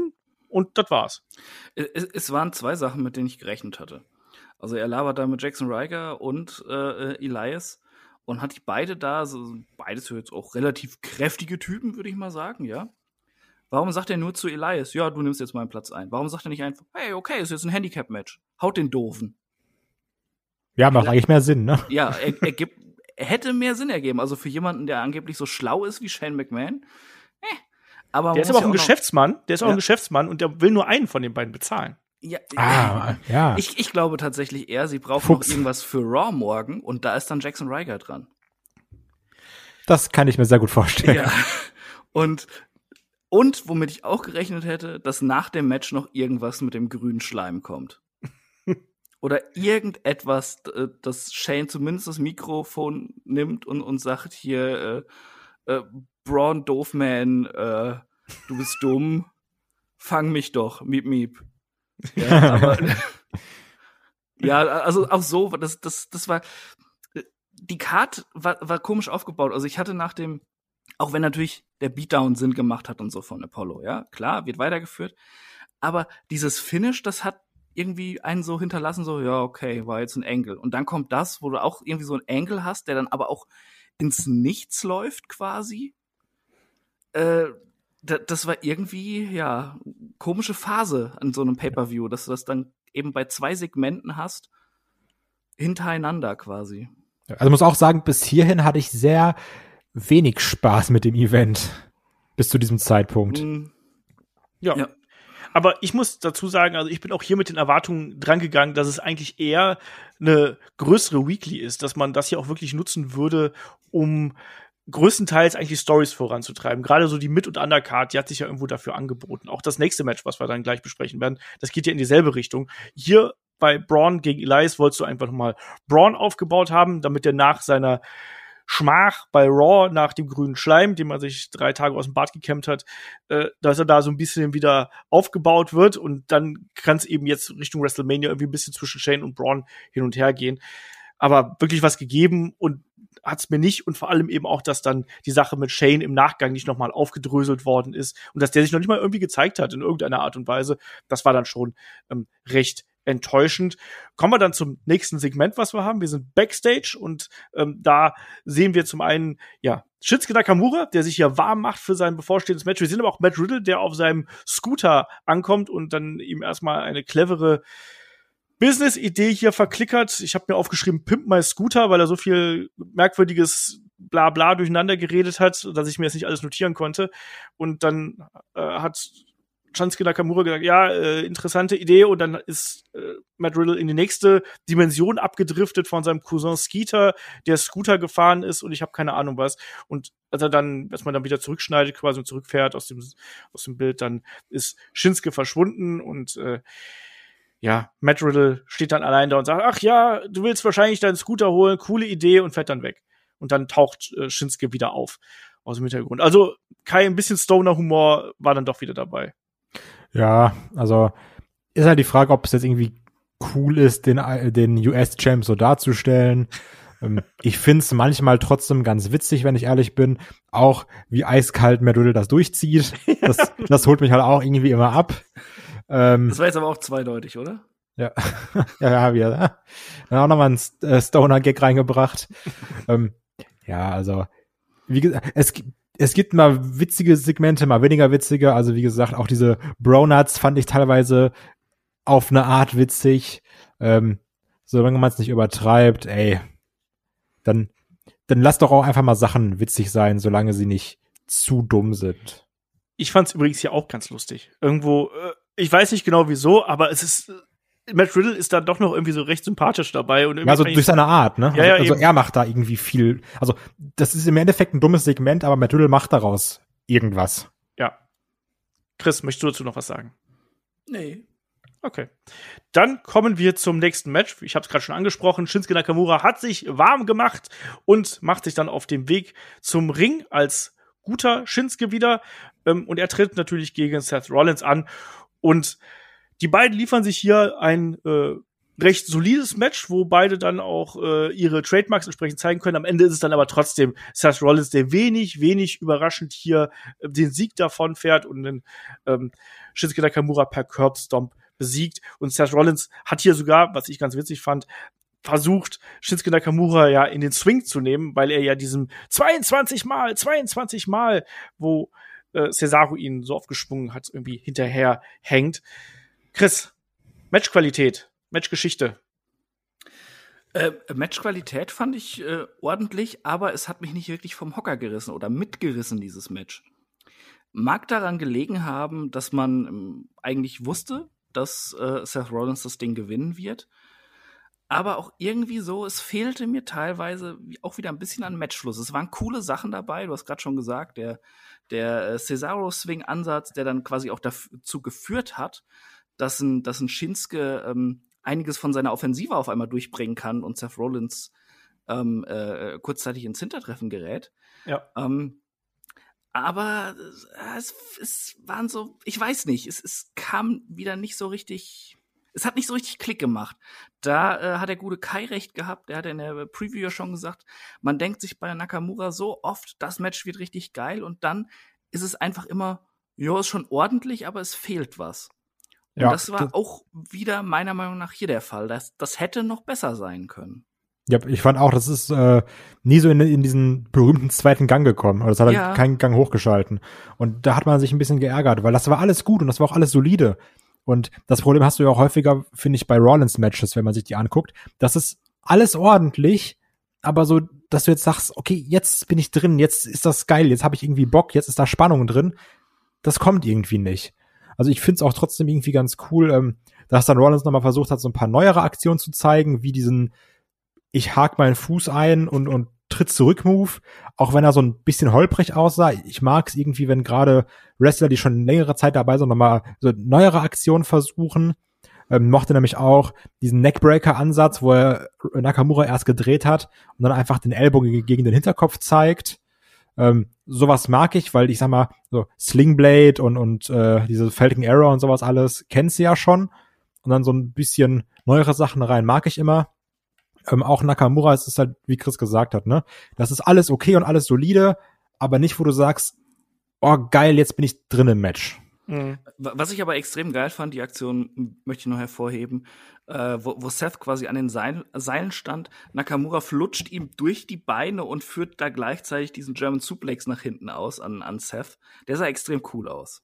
und das war's. Es waren 2 Sachen, mit denen ich gerechnet hatte. Also er labert da mit Jackson Ryker und Elias und hat die beide da, so, beides jetzt auch relativ kräftige Typen, würde ich mal sagen, ja. Warum sagt er nur zu Elias, ja, du nimmst jetzt meinen Platz ein? Warum sagt er nicht einfach, hey, okay, ist jetzt ein Handicap-Match. Haut den Doofen. Ja, macht eigentlich mehr Sinn, ne? Ja, er hätte mehr Sinn ergeben. Also für jemanden, der angeblich so schlau ist wie Shane McMahon. Aber der ist aber auch ein Geschäftsmann. Der ist auch ein Geschäftsmann und der will nur einen von den beiden bezahlen. Ja, ja. Ich glaube tatsächlich eher, sie brauchen noch irgendwas für Raw morgen und da ist dann Jackson Ryker dran. Das kann ich mir sehr gut vorstellen. Ja. Und womit ich auch gerechnet hätte, dass nach dem Match noch irgendwas mit dem grünen Schleim kommt. Oder irgendetwas, dass Shane zumindest das Mikrofon nimmt und sagt hier, Braun Doofman, du bist dumm, fang mich doch, miep miep. Ja, aber ja, also auch so, das war, die Card war komisch aufgebaut. Also ich hatte nach dem, auch wenn natürlich der Beatdown Sinn gemacht hat und so von Apollo, ja, klar, wird weitergeführt. Aber dieses Finish, das hat irgendwie einen so hinterlassen, so, ja, okay, war jetzt ein Angle. Und dann kommt das, wo du auch irgendwie so ein Angle hast, der dann aber auch ins Nichts läuft quasi. Das war irgendwie, ja, komische Phase an so einem Pay-Per-View, dass du das dann eben bei 2 Segmenten hast, hintereinander quasi. Also muss auch sagen, bis hierhin hatte ich sehr wenig Spaß mit dem Event. Bis zu diesem Zeitpunkt. Ja. Aber ich muss dazu sagen, also ich bin auch hier mit den Erwartungen drangegangen, dass es eigentlich eher eine größere Weekly ist, dass man das hier auch wirklich nutzen würde, um größtenteils eigentlich Stories voranzutreiben. Gerade so die Mid- und Undercard, die hat sich ja irgendwo dafür angeboten. Auch das nächste Match, was wir dann gleich besprechen werden, das geht ja in dieselbe Richtung. Hier bei Braun gegen Elias wolltest du einfach nochmal Braun aufgebaut haben, damit er nach seiner Schmach bei Raw, nach dem grünen Schleim, den man sich 3 Tage aus dem Bart gekämmt hat, dass er da so ein bisschen wieder aufgebaut wird und dann kann es eben jetzt Richtung WrestleMania irgendwie ein bisschen zwischen Shane und Braun hin und her gehen. Aber wirklich was gegeben und hat's mir nicht und vor allem eben auch, dass dann die Sache mit Shane im Nachgang nicht nochmal aufgedröselt worden ist und dass der sich noch nicht mal irgendwie gezeigt hat in irgendeiner Art und Weise. Das war dann schon recht enttäuschend. Kommen wir dann zum nächsten Segment, was wir haben. Wir sind Backstage und da sehen wir zum einen, ja, Shinsuke Nakamura, der sich hier warm macht für sein bevorstehendes Match. Wir sehen aber auch Matt Riddle, der auf seinem Scooter ankommt und dann ihm erstmal eine clevere Business-Idee hier verklickert. Ich habe mir aufgeschrieben, Pimp My Scooter, weil er so viel merkwürdiges Blabla durcheinander geredet hat, dass ich mir jetzt nicht alles notieren konnte. Und dann hat Shinsuke Nakamura gesagt, ja, interessante Idee. Und dann ist Matt Riddle in die nächste Dimension abgedriftet von seinem Cousin Skeeter, der Scooter gefahren ist und ich habe keine Ahnung was. Und als man dann wieder zurückschneidet quasi und zurückfährt aus dem Bild, dann ist Shinsuke verschwunden und ja, Matt Riddle steht dann allein da und sagt, ach ja, du willst wahrscheinlich deinen Scooter holen, coole Idee und fährt dann weg. Und dann taucht Shinsuke wieder auf aus dem Hintergrund. Also ein bisschen Stoner-Humor war dann doch wieder dabei. Ja, also ist halt die Frage, ob es jetzt irgendwie cool ist, den US-Champ so darzustellen. Ich find's manchmal trotzdem ganz witzig, wenn ich ehrlich bin. Auch wie eiskalt Matt Riddle das durchzieht. Das holt mich halt auch irgendwie immer ab. Das war jetzt aber auch zweideutig, oder? Ja, ja, wir haben auch nochmal einen Stoner-Gag reingebracht. Ja, also, wie gesagt, es gibt mal witzige Segmente, mal weniger witzige. Also, wie gesagt, auch diese Bronuts fand ich teilweise auf eine Art witzig. Solange man es nicht übertreibt, dann lass doch auch einfach mal Sachen witzig sein, solange sie nicht zu dumm sind. Ich fand's übrigens hier auch ganz lustig. Irgendwo, ich weiß nicht genau wieso, aber Matt Riddle ist da doch noch irgendwie so recht sympathisch dabei. Und also durch seine Art, ne? Ja, also er macht da irgendwie viel. Also das ist im Endeffekt ein dummes Segment, aber Matt Riddle macht daraus irgendwas. Ja. Chris, möchtest du dazu noch was sagen? Nee. Okay. Dann kommen wir zum nächsten Match. Ich habe es gerade schon angesprochen. Shinsuke Nakamura hat sich warm gemacht und macht sich dann auf dem Weg zum Ring als guter Shinsuke wieder. Und er tritt natürlich gegen Seth Rollins an. Und die beiden liefern sich hier ein recht solides Match, wo beide dann auch ihre Trademarks entsprechend zeigen können. Am Ende ist es dann aber trotzdem Seth Rollins, der wenig überraschend hier den Sieg davon fährt und den Shinsuke Nakamura per Curbstomp besiegt. Und Seth Rollins hat hier sogar, was ich ganz witzig fand, versucht, Shinsuke Nakamura ja in den Swing zu nehmen, weil er ja diesem 22 Mal, wo Cesaro ihn so oft geschwungen hat, irgendwie hinterher hängt. Chris, Matchqualität, Matchgeschichte. Matchqualität fand ich ordentlich, aber es hat mich nicht wirklich vom Hocker gerissen oder mitgerissen, dieses Match. Mag daran gelegen haben, dass man eigentlich wusste, dass Seth Rollins das Ding gewinnen wird. Aber auch irgendwie so, es fehlte mir teilweise auch wieder ein bisschen an Matchfluss. Es waren coole Sachen dabei, du hast gerade schon gesagt, der Cesaro-Swing-Ansatz, der dann quasi auch dazu geführt hat, dass ein Shinsuke einiges von seiner Offensive auf einmal durchbringen kann und Seth Rollins kurzzeitig ins Hintertreffen gerät. Ja. Aber es waren so, ich weiß nicht, es kam wieder nicht so richtig. Es hat nicht so richtig Klick gemacht. Da hat der gute Kai recht gehabt. Der hat in der Preview ja schon gesagt, man denkt sich bei Nakamura so oft, das Match wird richtig geil und dann ist es einfach immer, ja, ist schon ordentlich, aber es fehlt was. Und Ja, das war auch wieder meiner Meinung nach hier der Fall. Das hätte noch besser sein können. Ja, ich fand auch, das ist nie so in diesen berühmten zweiten Gang gekommen. Oder es hat Ja. halt keinen Gang hochgeschalten. Und da hat man sich ein bisschen geärgert, weil das war alles gut und das war auch alles solide. Und das Problem hast du ja auch häufiger, finde ich, bei Rollins-Matches, wenn man sich die anguckt. Das ist alles ordentlich, aber so, dass du jetzt sagst, okay, jetzt bin ich drin, jetzt ist das geil, jetzt habe ich irgendwie Bock, jetzt ist da Spannung drin. Das kommt irgendwie nicht. Also ich finde es auch trotzdem irgendwie ganz cool, dass dann Rollins nochmal versucht hat, so ein paar neuere Aktionen zu zeigen, wie diesen ich hake meinen Fuß ein und tritt zurück Move, auch wenn er so ein bisschen holprig aussah. Ich mag es irgendwie, wenn gerade Wrestler, die schon längere Zeit dabei sind, nochmal so neuere Aktionen versuchen. Mochte nämlich auch diesen Neckbreaker-Ansatz, wo er Nakamura erst gedreht hat und dann einfach den Ellbogen gegen den Hinterkopf zeigt. Sowas mag ich, weil ich sag mal, so Slingblade und diese Falcon Arrow und sowas alles kennst du ja schon. Und dann so ein bisschen neuere Sachen rein mag ich immer. Auch Nakamura, es ist halt, wie Chris gesagt hat, ne? Das ist alles okay und alles solide, aber nicht, wo du sagst, oh geil, jetzt bin ich drin im Match. Mhm. Was ich aber extrem geil fand, die Aktion möchte ich noch hervorheben, wo Seth quasi an den Seilen stand. Nakamura flutscht ihm durch die Beine und führt da gleichzeitig diesen German Suplex nach hinten aus an Seth. Der sah extrem cool aus.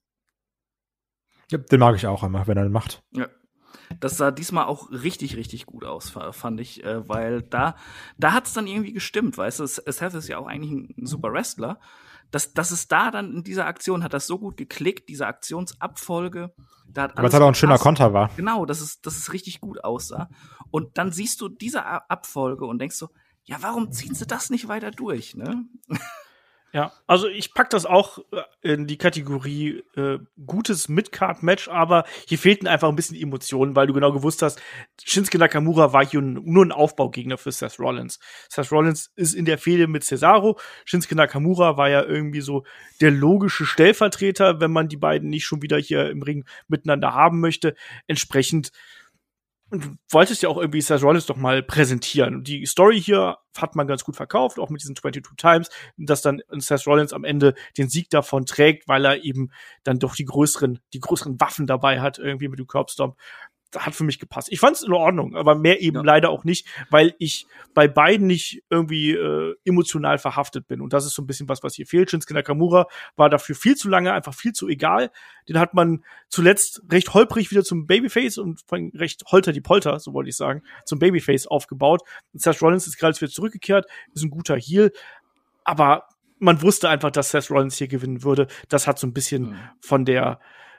Ja, den mag ich auch immer, wenn er den macht. Ja. Das sah diesmal auch richtig, richtig gut aus, fand ich, weil da hat's dann irgendwie gestimmt, weißt du, Seth ist ja auch eigentlich ein super Wrestler, dass es da dann in dieser Aktion hat das so gut geklickt, diese Aktionsabfolge, da hat Aber alles es halt auch ein schöner gepasst. Konter war. Genau, dass es richtig gut aussah. Und dann siehst du diese Abfolge und denkst so, ja, warum ziehen sie das nicht weiter durch, ne? Ja, also ich pack das auch in die Kategorie gutes Mid-Card-Match, aber hier fehlten einfach ein bisschen Emotionen, weil du genau gewusst hast, Shinsuke Nakamura war hier nur ein Aufbaugegner für Seth Rollins. Seth Rollins ist in der Fehde mit Cesaro. Shinsuke Nakamura war ja irgendwie so der logische Stellvertreter, wenn man die beiden nicht schon wieder hier im Ring miteinander haben möchte. Entsprechend und du wolltest ja auch irgendwie Seth Rollins doch mal präsentieren. Und die Story hier hat man ganz gut verkauft, auch mit diesen 22 Times, dass dann Seth Rollins am Ende den Sieg davon trägt, weil er eben dann doch die größeren Waffen dabei hat, irgendwie mit dem Curbstomp. Das hat für mich gepasst. Ich fand es in Ordnung, aber mehr eben leider auch nicht, weil ich bei beiden nicht irgendwie emotional verhaftet bin. Und das ist so ein bisschen was hier fehlt. Shinsuke Nakamura war dafür viel zu lange, einfach viel zu egal. Den hat man zuletzt recht holprig wieder zum Babyface und vor allem recht holter die Polter, so wollte ich sagen, zum Babyface aufgebaut. Und Seth Rollins ist gerade wieder zurückgekehrt, ist ein guter Heel, aber man wusste einfach, dass Seth Rollins hier gewinnen würde. Das hat so ein bisschen von der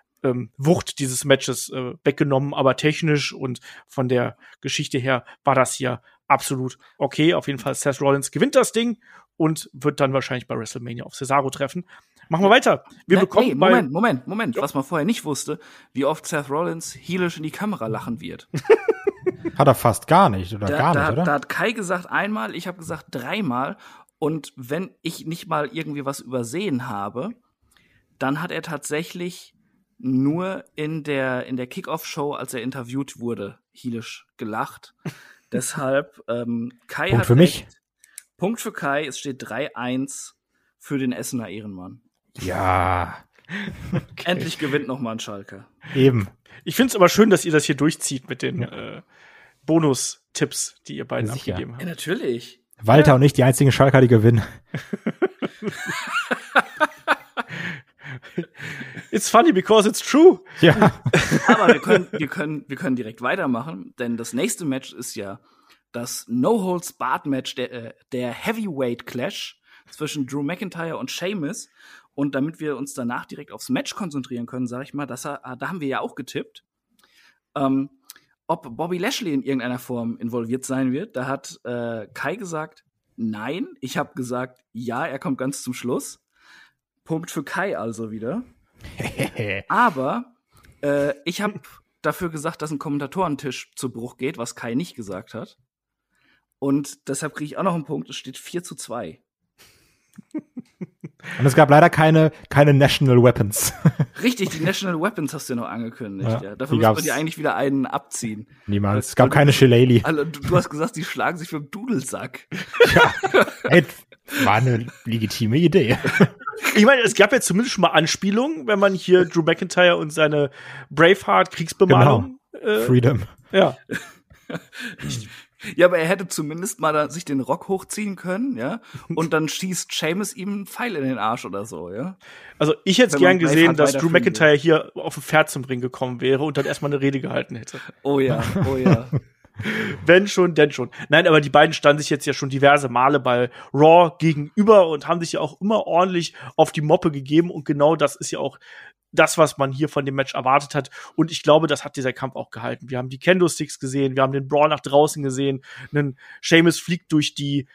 Wucht dieses Matches weggenommen, aber technisch und von der Geschichte her war das hier absolut okay. Auf jeden Fall Seth Rollins gewinnt das Ding und wird dann wahrscheinlich bei WrestleMania auf Cesaro treffen. Machen wir weiter. Wir bekommen Moment. Was man vorher nicht wusste, wie oft Seth Rollins heelisch in die Kamera lachen wird. Hat er fast gar nicht, oder? Da hat Kai gesagt einmal, ich habe gesagt 3-mal. Und wenn ich nicht mal irgendwie was übersehen habe, dann hat er tatsächlich nur in der Kickoff-Show, als er interviewt wurde, heelisch gelacht. Deshalb, Kai Punkt hat für mich. recht. Punkt für Kai, es steht 3-1 für den Essener Ehrenmann. Ja, Endlich gewinnt noch mal ein Schalker. eben. Ich finde es aber schön, dass ihr das hier durchzieht mit den Bonus-Tipps, die ihr beiden Sicher. abgegeben Ja, habt. natürlich. Walter und ich, die einzigen Schalker, die gewinnen. It's funny because it's true. Ja. Aber wir können direkt weitermachen, denn das nächste Match ist ja das No-Holds-Barred-Match, der Heavyweight Clash zwischen Drew McIntyre und Sheamus. Und damit wir uns danach direkt aufs Match konzentrieren können, sage ich mal, da haben wir ja auch getippt, ob Bobby Lashley in irgendeiner Form involviert sein wird. Da hat Kai gesagt, nein. Ich habe gesagt, ja, er kommt ganz zum Schluss. Punkt für Kai also wieder. Aber ich habe dafür gesagt, dass ein Kommentatorentisch zu Bruch geht, was Kai nicht gesagt hat. Und deshalb kriege ich auch noch einen Punkt. Es steht 4-2. Und es gab leider keine National Weapons. Richtig, die National Weapons hast du ja noch angekündigt. Ja, Ja. Dafür die müssen wir gab's. dir eigentlich wieder einen abziehen. Niemals. Es gab keine Shillelagh. Also, du hast gesagt, die schlagen sich für den Dudelsack. Ey, war eine legitime Idee. Ich meine, es gab ja zumindest schon mal Anspielungen, wenn man hier Drew McIntyre und seine Braveheart-Kriegsbemalung. Freedom. Ja. Ja, aber er hätte zumindest mal sich den Rock hochziehen können, ja. Und dann schießt Sheamus ihm einen Pfeil in den Arsch oder so, ja. Also ich hätte Wenn gern man gesehen, Braveheart dass Drew weiterführen McIntyre hier auf dem Pferd zum Ring gekommen wäre und dann erstmal eine Rede gehalten hätte. Oh ja, oh ja. Wenn schon, denn schon. Nein, aber die beiden standen sich jetzt ja schon diverse Male bei Raw gegenüber und haben sich ja auch immer ordentlich auf die Moppe gegeben. Und genau das ist ja auch das, was man hier von dem Match erwartet hat. Und ich glaube, das hat dieser Kampf auch gehalten. Wir haben die Kendo-Sticks gesehen, wir haben den Brawl nach draußen gesehen. Einen Sheamus fliegt durch die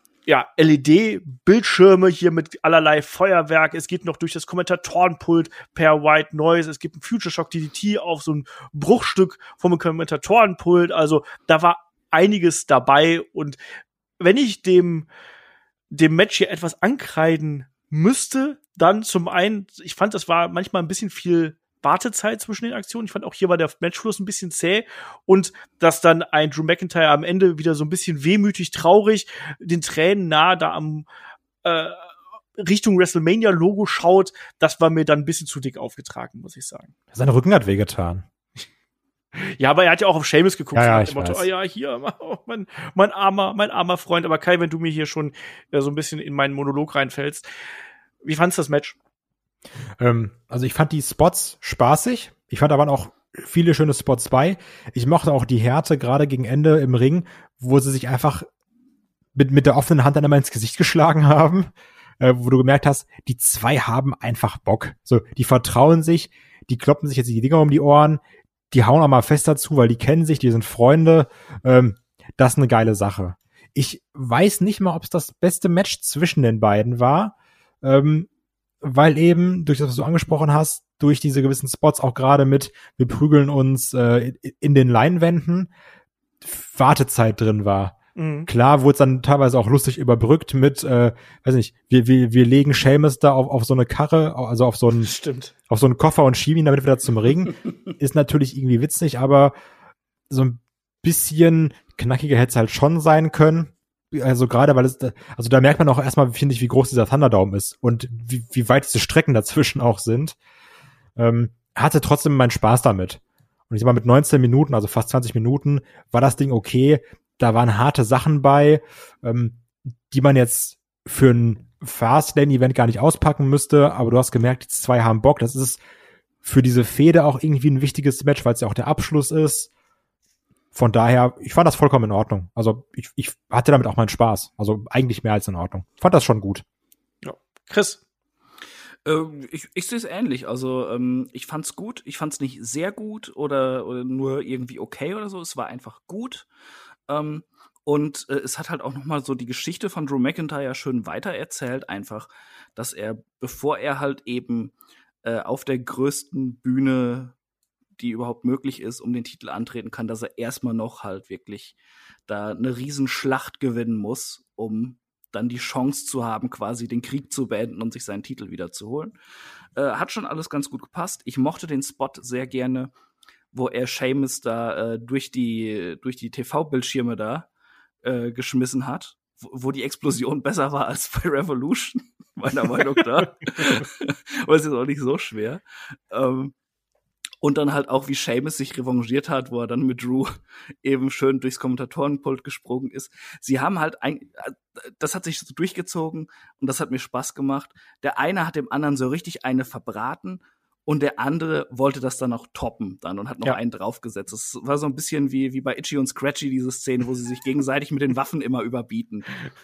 LED-Bildschirme hier mit allerlei Feuerwerk. Es geht noch durch das Kommentatorenpult per White Noise. Es gibt einen Future Shock DDT auf so ein Bruchstück vom Kommentatorenpult. Also da war einiges dabei. Und wenn ich dem Match hier etwas ankreiden müsste, dann zum einen, ich fand, das war manchmal ein bisschen viel Wartezeit zwischen den Aktionen. Ich fand auch hier war der Matchfluss ein bisschen zäh und dass dann ein Drew McIntyre am Ende wieder so ein bisschen wehmütig, traurig, den Tränen nahe da am Richtung WrestleMania-Logo schaut, das war mir dann ein bisschen zu dick aufgetragen, muss ich sagen. Sein Rücken hat wehgetan. Ja, aber er hat ja auch auf Sheamus geguckt. Ja, und ich hat Motto, weiß. oh ja, hier, oh, mein armer Freund. Aber Kai, wenn du mir hier schon so ein bisschen in meinen Monolog reinfällst, wie fandst du das Match? Also ich fand die Spots spaßig. Ich fand aber auch viele schöne Spots bei. Ich mochte auch die Härte, gerade gegen Ende im Ring, wo sie sich einfach mit der offenen Hand dann immer ins Gesicht geschlagen haben, wo du gemerkt hast, die zwei haben einfach Bock. So, die vertrauen sich, die kloppen sich jetzt die Dinger um die Ohren, die hauen auch mal fest dazu, weil die kennen sich, die sind Freunde. Das ist eine geile Sache. Ich weiß nicht mal, ob es das beste Match zwischen den beiden war, weil eben, durch das, was du angesprochen hast, durch diese gewissen Spots, auch gerade mit, wir prügeln uns in den Leinwänden, Wartezeit drin war. Mhm. Klar wurde es dann teilweise auch lustig überbrückt mit, weiß nicht, wir legen Sheamus da auf so eine Karre, also auf so einen Koffer und schieben ihn damit wieder zum Ring. Ist natürlich irgendwie witzig, aber so ein bisschen knackiger hätte es halt schon sein können. Also gerade, weil also da merkt man auch erstmal, finde ich, wie groß dieser Thunderdome ist und wie weit diese Strecken dazwischen auch sind. Hatte trotzdem meinen Spaß damit. Und ich sag mal, mit 19 Minuten, also fast 20 Minuten, war das Ding okay. Da waren harte Sachen bei, die man jetzt für ein Fastlane-Event gar nicht auspacken müsste, aber du hast gemerkt, die zwei haben Bock. Das ist für diese Fehde auch irgendwie ein wichtiges Match, weil es ja auch der Abschluss ist. Von daher, ich fand das vollkommen in Ordnung. Also ich hatte damit auch meinen Spaß. Also eigentlich mehr als in Ordnung. Fand das schon gut. Ja. Chris? Ich sehe es ähnlich. Also ich fand's gut. Ich fand's nicht sehr gut oder nur irgendwie okay oder so. Es war einfach gut. Und es hat halt auch noch mal so die Geschichte von Drew McIntyre schön weitererzählt. Einfach, dass er, bevor er halt eben auf der größten Bühne, die überhaupt möglich ist, um den Titel antreten kann, dass er erstmal noch halt wirklich da eine Riesenschlacht gewinnen muss, um dann die Chance zu haben, quasi den Krieg zu beenden und sich seinen Titel wieder zu holen. Hat schon alles ganz gut gepasst. Ich mochte den Spot sehr gerne, wo er Sheamus da durch die TV-Bildschirme da geschmissen hat, wo die Explosion besser war als bei Revolution, meiner Meinung nach. Aber es ist auch nicht so schwer. Und dann halt auch, wie Sheamus sich revanchiert hat, wo er dann mit Drew eben schön durchs Kommentatorenpult gesprungen ist. Sie haben halt das hat sich so durchgezogen und das hat mir Spaß gemacht. Der eine hat dem anderen so richtig eine verbraten und der andere wollte das dann auch toppen dann und hat noch einen draufgesetzt. Das war so ein bisschen wie bei Itchy und Scratchy, diese Szene, wo sie sich gegenseitig mit den Waffen immer überbieten.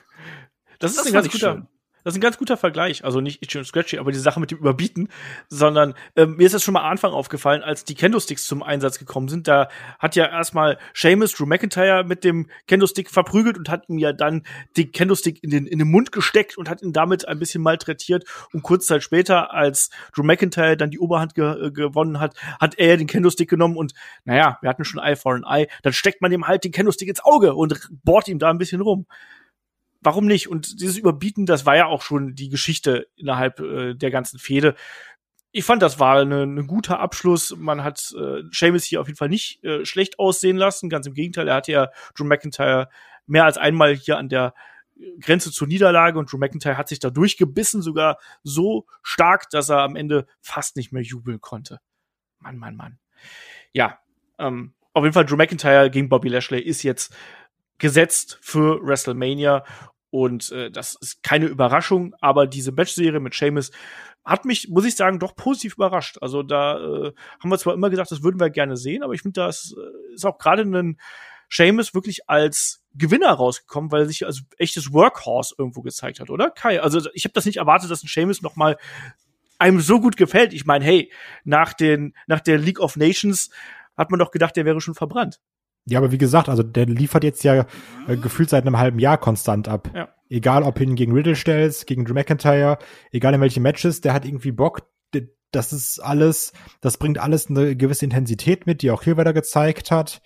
Das ist ein ganz guter Vergleich. Also nicht Itchy und Scratchy, aber die Sache mit dem Überbieten, sondern mir ist das schon mal am Anfang aufgefallen, als die Kendo-Sticks zum Einsatz gekommen sind. Da hat ja erstmal Sheamus Drew McIntyre mit dem Kendo-Stick verprügelt und hat ihm ja dann den Kendo-Stick in den Mund gesteckt und hat ihn damit ein bisschen malträtiert. Und kurz Zeit später, als Drew McIntyre dann die Oberhand gewonnen hat, hat er den Kendo-Stick genommen und naja, wir hatten schon Eye for an Eye. Dann steckt man dem halt den Kendo-Stick ins Auge und bohrt ihm da ein bisschen rum. Warum nicht? Und dieses Überbieten, das war ja auch schon die Geschichte innerhalb der ganzen Fehde. Ich fand, das war ein guter Abschluss. Man hat Sheamus hier auf jeden Fall nicht schlecht aussehen lassen. Ganz im Gegenteil, er hatte ja Drew McIntyre mehr als einmal hier an der Grenze zur Niederlage und Drew McIntyre hat sich da durchgebissen, sogar so stark, dass er am Ende fast nicht mehr jubeln konnte. Mann. Ja, auf jeden Fall Drew McIntyre gegen Bobby Lashley ist jetzt gesetzt für WrestleMania und das ist keine Überraschung, aber diese Matchserie mit Sheamus hat mich, muss ich sagen, doch positiv überrascht. Also da haben wir zwar immer gesagt, das würden wir gerne sehen, aber ich finde, das ist auch gerade ein Sheamus wirklich als Gewinner rausgekommen, weil er sich als echtes Workhorse irgendwo gezeigt hat, oder Kai? Also ich habe das nicht erwartet, dass ein Sheamus noch mal einem so gut gefällt. Ich meine, hey, nach der League of Nations hat man doch gedacht, der wäre schon verbrannt. Ja, aber wie gesagt, also der liefert jetzt ja gefühlt seit einem halben Jahr konstant ab. Ja. Egal, ob du ihn gegen Riddle stellst, gegen Drew McIntyre, egal in welche Matches, der hat irgendwie Bock. Das ist alles, das bringt alles eine gewisse Intensität mit, die auch hier wieder gezeigt hat.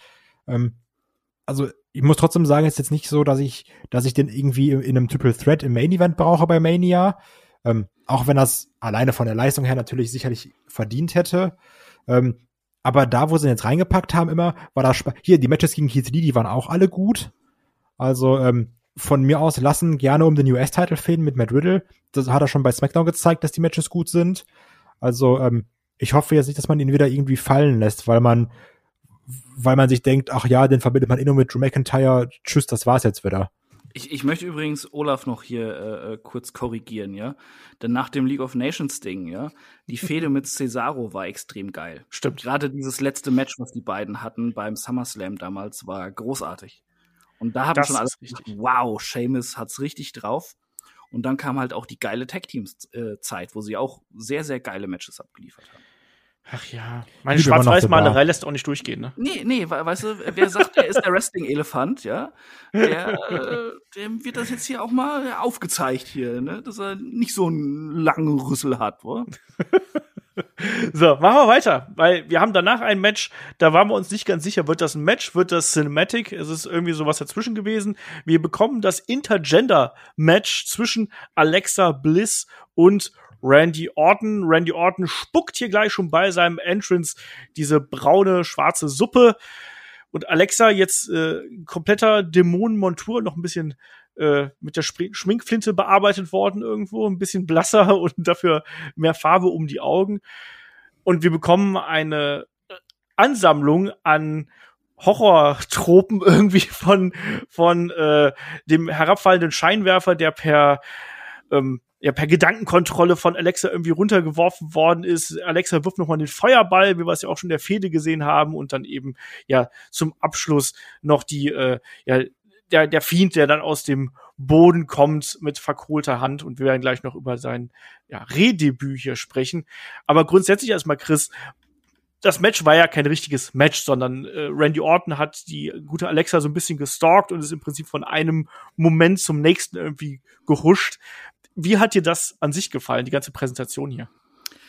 Also ich muss trotzdem sagen, es ist jetzt nicht so, dass ich den irgendwie in einem Triple Threat im Main Event brauche bei Mania. Auch wenn das alleine von der Leistung her natürlich sicherlich verdient hätte. Aber da, wo sie ihn jetzt reingepackt haben, immer, war das hier, die Matches gegen Keith Lee, die waren auch alle gut. Also, von mir aus lassen gerne um den US-Title fehlen mit Matt Riddle. Das hat er schon bei SmackDown gezeigt, dass die Matches gut sind. Also, ich hoffe jetzt nicht, dass man ihn wieder irgendwie fallen lässt, weil man sich denkt, ach ja, den verbindet man nur mit Drew McIntyre. Tschüss, das war's jetzt wieder. Ich möchte übrigens Olaf noch hier kurz korrigieren, ja. Denn nach dem League of Nations Ding, ja, die Fehde mit Cesaro war extrem geil. Stimmt. Gerade dieses letzte Match, was die beiden hatten beim SummerSlam damals, war großartig. Und da haben schon alle gesagt, wow, Sheamus hat's richtig drauf. Und dann kam halt auch die geile Tag-Teams-Zeit, wo sie auch sehr, sehr geile Matches abgeliefert haben. Ach ja, meine Schwarz-Weiß-Malerei lässt auch nicht durchgehen, ne? Nee, weißt du, wer sagt, er ist der Wrestling-Elefant, ja, dem wird das jetzt hier auch mal aufgezeigt hier, ne, dass er nicht so einen langen Rüssel hat, wo? So, machen wir weiter, weil wir haben danach ein Match, da waren wir uns nicht ganz sicher, wird das ein Match, wird das Cinematic, es ist irgendwie sowas dazwischen gewesen. Wir bekommen das Intergender-Match zwischen Alexa Bliss und Randy Orton. Randy Orton spuckt hier gleich schon bei seinem Entrance diese braune, schwarze Suppe. Und Alexa jetzt kompletter Dämonenmontur, noch ein bisschen mit der Schminkflinte bearbeitet worden irgendwo, ein bisschen blasser und dafür mehr Farbe um die Augen. Und wir bekommen eine Ansammlung an Horrortropen irgendwie von dem herabfallenden Scheinwerfer, der per Gedankenkontrolle von Alexa irgendwie runtergeworfen worden ist. Alexa wirft nochmal den Feuerball, wie wir es ja auch schon in der Fehde gesehen haben, und dann eben ja zum Abschluss noch der Fiend, der dann aus dem Boden kommt mit verkohlter Hand, und wir werden gleich noch über sein Rehdebüt hier sprechen. Aber grundsätzlich erstmal, Chris, das Match war ja kein richtiges Match, sondern Randy Orton hat die gute Alexa so ein bisschen gestalkt und ist im Prinzip von einem Moment zum nächsten irgendwie gehuscht. Wie hat dir das an sich gefallen, die ganze Präsentation hier?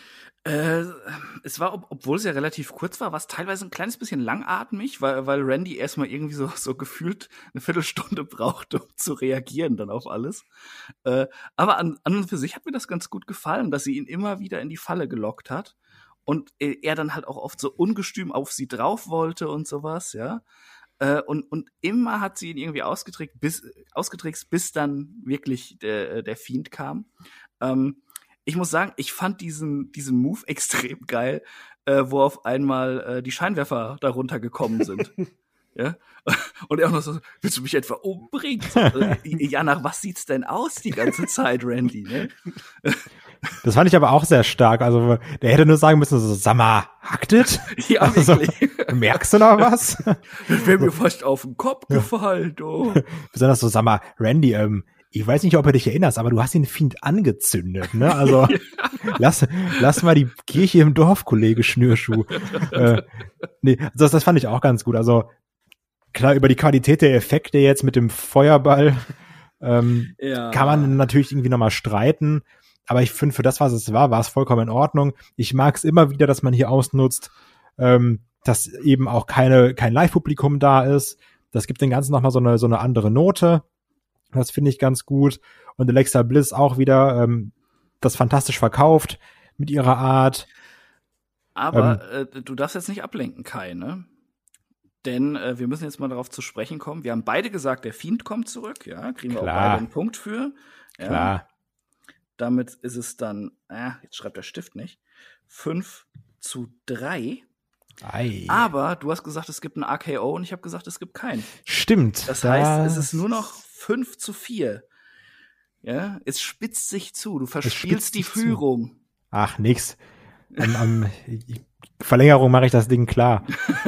Es war, obwohl es ja relativ kurz war, es teilweise ein kleines bisschen langatmig, weil Randy erstmal irgendwie so gefühlt eine Viertelstunde brauchte, um zu reagieren dann auf alles. Aber an und für sich hat mir das ganz gut gefallen, dass sie ihn immer wieder in die Falle gelockt hat und er dann halt auch oft so ungestüm auf sie drauf wollte und sowas, ja. Und immer hat sie ihn irgendwie ausgetrickst, bis dann wirklich der Fiend kam. Ich muss sagen, ich fand diesen Move extrem geil, wo auf einmal die Scheinwerfer darunter gekommen sind. Ja? Und er auch noch so, willst du mich etwa umbringen? Ja, nach was sieht's denn aus die ganze Zeit, Randy? Ne? Das fand ich aber auch sehr stark. Also der hätte nur sagen müssen, so, sag mal, hackt it? Ja, also, wirklich. Merkst du noch was? Das wäre mir fast auf den Kopf gefallen, du. Besonders so, sag mal, Randy, ich weiß nicht, ob du dich erinnerst, aber du hast den Fiend angezündet, ne? Also lass mal die Kirche im Dorf, Kollege Schnürschuh. Nee, das fand ich auch ganz gut. Also klar, über die Qualität der Effekte jetzt mit dem Feuerball kann man natürlich irgendwie nochmal streiten. Aber ich finde, für das, was es war es vollkommen in Ordnung. Ich mag es immer wieder, dass man hier ausnutzt, dass eben auch kein Live-Publikum da ist. Das gibt dem Ganzen nochmal so eine andere Note. Das finde ich ganz gut. Und Alexa Bliss auch wieder das fantastisch verkauft mit ihrer Art. Aber du darfst jetzt nicht ablenken, Kai, ne? Denn wir müssen jetzt mal darauf zu sprechen kommen. Wir haben beide gesagt, der Fiend kommt zurück. Ja, kriegen wir auch beide einen Punkt für. Ja. Klar. Damit ist es dann, jetzt schreibt der Stift nicht, 5-3. Ei. Aber du hast gesagt, es gibt ein RKO und ich habe gesagt, es gibt keinen. Stimmt. Das heißt, es ist nur noch 5-4. Ja, es spitzt sich zu. Du verspielst die Führung. Ach, nix. Verlängerung mache ich das Ding klar.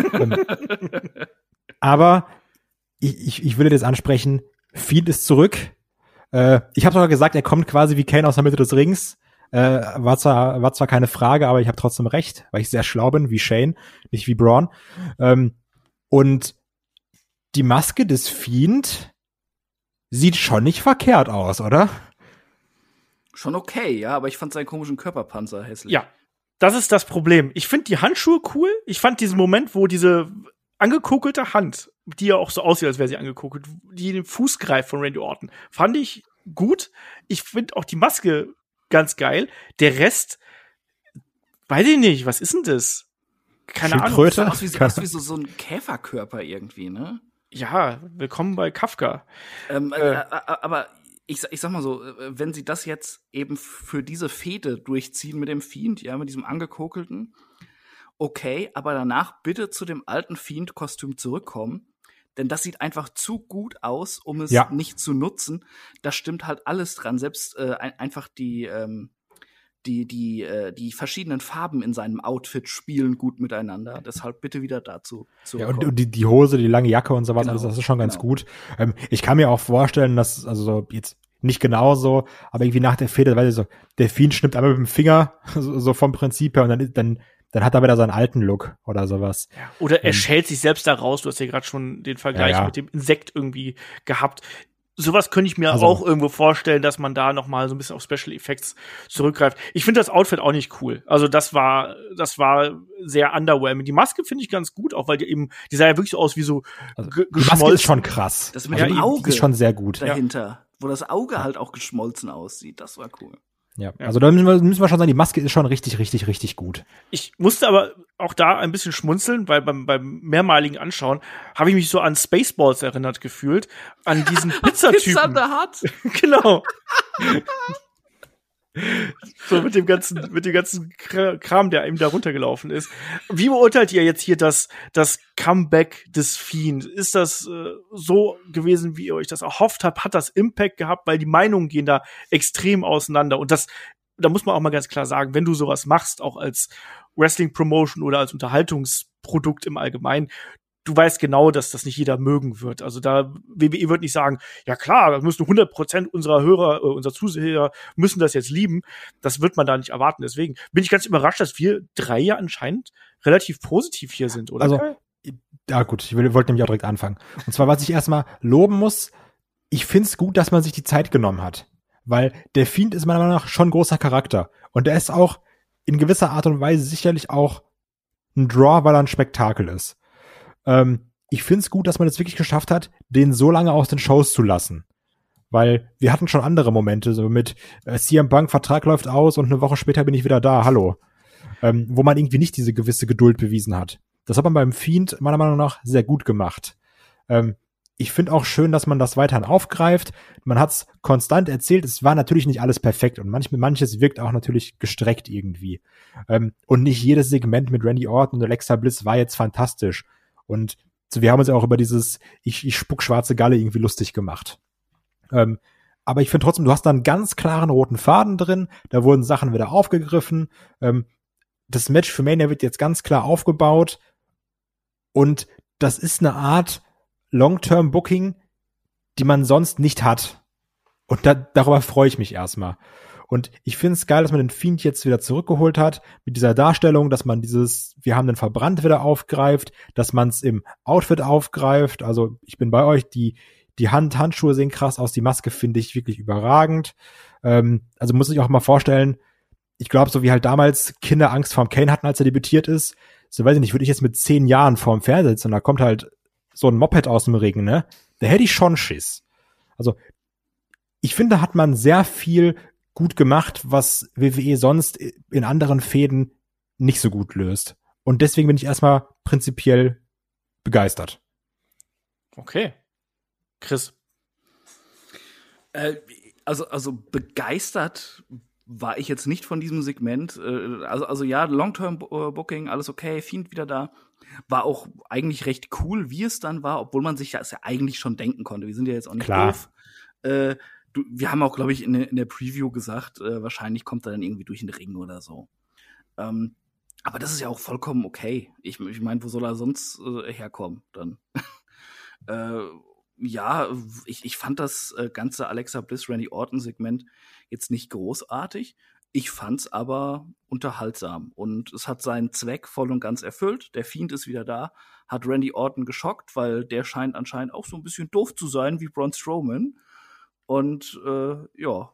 Aber ich will jetzt ansprechen, Fiend ist zurück. Ich habe sogar gesagt, er kommt quasi wie Kane aus der Mitte des Rings. War zwar keine Frage, aber ich habe trotzdem recht, weil ich sehr schlau bin, wie Shane, nicht wie Braun. Und die Maske des Fiend sieht schon nicht verkehrt aus, oder? Schon okay, ja, aber ich fand seinen komischen Körperpanzer hässlich. Ja, das ist das Problem. Ich finde die Handschuhe cool. Ich fand diesen Moment, wo diese angekugelte Hand, die ja auch so aussieht, als wäre sie angekugelt, die in den Fuß greift von Randy Orton, fand ich gut. Ich finde auch die Maske ganz geil. Der Rest, weiß ich nicht, was ist denn das? Keine Ahnung. Das sah aus wie so ein Käferkörper irgendwie, ne? Ja, willkommen bei Kafka. Aber ich sag mal so, wenn sie das jetzt eben für diese Fehde durchziehen mit dem Fiend, ja, mit diesem angekokelten, okay, aber danach bitte zu dem alten Fiend-Kostüm zurückkommen, denn das sieht einfach zu gut aus, um es nicht zu nutzen. Da stimmt halt alles dran, selbst einfach die verschiedenen Farben in seinem Outfit spielen gut miteinander. Deshalb bitte wieder dazu zurückkommen. Ja, und die Hose, die lange Jacke und sowas, genau, das ist schon ganz gut. Ich kann mir auch vorstellen, dass, also jetzt nicht genauso, aber irgendwie nach der Fehde, weil so, der Fiend schnippt einmal mit dem Finger, so vom Prinzip her, und dann hat er wieder seinen alten Look oder sowas. Oder er schält sich selbst da raus. Du hast ja gerade schon den Vergleich mit dem Insekt irgendwie gehabt. Sowas könnte ich mir auch irgendwo vorstellen, dass man da noch mal so ein bisschen auf Special Effects zurückgreift. Ich finde das Outfit auch nicht cool. Also das war sehr underwhelming. Die Maske finde ich ganz gut, auch weil die sah ja wirklich so aus wie so geschmolzen. Die Maske ist schon krass. Das mit dem Auge ist schon sehr gut dahinter, wo das Auge halt auch geschmolzen aussieht. Das war cool. Ja, also da müssen wir schon sagen, die Maske ist schon richtig, richtig, richtig gut. Ich musste aber auch da ein bisschen schmunzeln, weil beim mehrmaligen Anschauen habe ich mich so an Spaceballs erinnert gefühlt, an diesen Pizzatypen. Pizza Hut? Genau. So mit dem ganzen Kram, der ihm da runtergelaufen ist. Wie beurteilt ihr jetzt hier das Comeback des Fiend? Ist das so gewesen, wie ihr euch das erhofft habt? Hat das Impact gehabt? Weil die Meinungen gehen da extrem auseinander. Und da muss man auch mal ganz klar sagen, wenn du sowas machst, auch als Wrestling-Promotion oder als Unterhaltungsprodukt im Allgemeinen, du weißt genau, dass das nicht jeder mögen wird. Also WWE wird nicht sagen, ja klar, das müssen 100% unserer Hörer, unserer Zuseher müssen das jetzt lieben. Das wird man da nicht erwarten. Deswegen bin ich ganz überrascht, dass wir 3 ja anscheinend relativ positiv hier sind, oder? Also, ja gut, ich wollte nämlich auch direkt anfangen. Und zwar, was ich erstmal loben muss, ich find's gut, dass man sich die Zeit genommen hat. Weil der Fiend ist meiner Meinung nach schon ein großer Charakter. Und der ist auch in gewisser Art und Weise sicherlich auch ein Draw, weil er ein Spektakel ist. Ich finde es gut, dass man es wirklich geschafft hat, den so lange aus den Shows zu lassen. Weil wir hatten schon andere Momente, so mit CM Punk, Vertrag läuft aus und eine Woche später bin ich wieder da, hallo. Wo man irgendwie nicht diese gewisse Geduld bewiesen hat. Das hat man beim Fiend meiner Meinung nach sehr gut gemacht. Ich finde auch schön, dass man das weiterhin aufgreift. Man hat es konstant erzählt, es war natürlich nicht alles perfekt und manches wirkt auch natürlich gestreckt irgendwie. Und nicht jedes Segment mit Randy Orton und Alexa Bliss war jetzt fantastisch. Und wir haben uns ja auch über dieses ich spuck schwarze Galle irgendwie lustig gemacht. Aber ich finde trotzdem, du hast da einen ganz klaren roten Faden drin, da wurden Sachen wieder aufgegriffen. Das Match für Mania wird jetzt ganz klar aufgebaut und das ist eine Art Long-Term-Booking, die man sonst nicht hat. Und darüber freue ich mich erstmal. Und ich finde es geil, dass man den Fiend jetzt wieder zurückgeholt hat, mit dieser Darstellung, dass man wir haben den verbrannt wieder aufgreift, dass man es im Outfit aufgreift. Also ich bin bei euch, die Handschuhe sehen krass aus, die Maske finde ich wirklich überragend. Also muss ich auch mal vorstellen, ich glaube, so wie halt damals Kinder Angst vorm Kane hatten, als er debütiert ist, so weiß ich nicht, würde ich jetzt mit 10 Jahren vorm Fernseher sitzen und da kommt halt so ein Moped aus dem Regen, ne? Da hätte ich schon Schiss. Also ich finde, da hat man sehr viel gut gemacht, was WWE sonst in anderen Fäden nicht so gut löst. Und deswegen bin ich erstmal prinzipiell begeistert. Okay. Chris? Also begeistert war ich jetzt nicht von diesem Segment. Also ja, Long-Term-Booking, alles okay, Fiend wieder da. War auch eigentlich recht cool, wie es dann war, obwohl man sich das ja eigentlich schon denken konnte. Wir sind ja jetzt auch nicht doof. Wir haben auch, glaube ich, in der Preview gesagt, wahrscheinlich kommt er dann irgendwie durch den Ring oder so. Aber das ist ja auch vollkommen okay. Ich meine, wo soll er sonst herkommen dann? Ja, ich fand das ganze Alexa Bliss Randy Orton Segment jetzt nicht großartig. Ich fand's aber unterhaltsam und es hat seinen Zweck voll und ganz erfüllt. Der Fiend ist wieder da, hat Randy Orton geschockt, weil der scheint anscheinend auch so ein bisschen doof zu sein wie Braun Strowman. Und ja,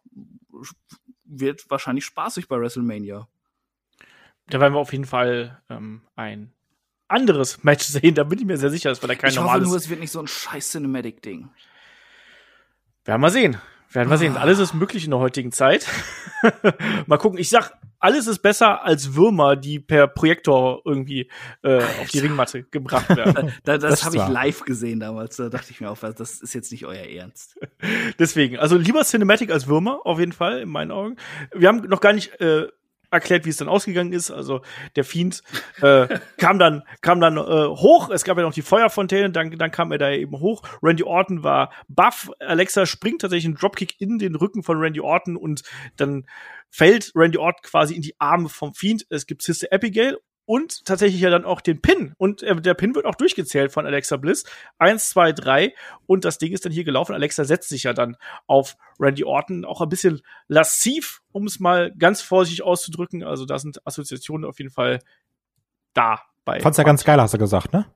wird wahrscheinlich spaßig bei WrestleMania. Da werden wir auf jeden Fall ein anderes Match sehen, da bin ich mir sehr sicher, dass wir da kein normales... Ich hoffe nur, es wird nicht so ein scheiß Cinematic-Ding. Werden wir sehen. Alles ist möglich in der heutigen Zeit. Mal gucken. Ich sag, alles ist besser als Würmer, die per Projektor irgendwie auf die Ringmatte gebracht werden. Das habe ich live gesehen damals. Da dachte ich mir auch, das ist jetzt nicht euer Ernst. Deswegen, also lieber Cinematic als Würmer, auf jeden Fall, in meinen Augen. Wir haben noch gar nicht erklärt, wie es dann ausgegangen ist. Also der Fiend kam dann hoch. Es gab ja noch die Feuerfontäne, dann kam er da eben hoch. Randy Orton war baff. Alexa springt tatsächlich einen Dropkick in den Rücken von Randy Orton und dann fällt Randy Orton quasi in die Arme vom Fiend. Es gibt Sister Abigail und tatsächlich ja dann auch den Pin. Und der Pin wird auch durchgezählt von Alexa Bliss. 1, 2, 3. Und das Ding ist dann hier gelaufen. Alexa setzt sich ja dann auf Randy Orton. Auch ein bisschen lassiv, um es mal ganz vorsichtig auszudrücken. Also da sind Assoziationen auf jeden Fall da. Fand's ja ganz geil, hast du gesagt, ne?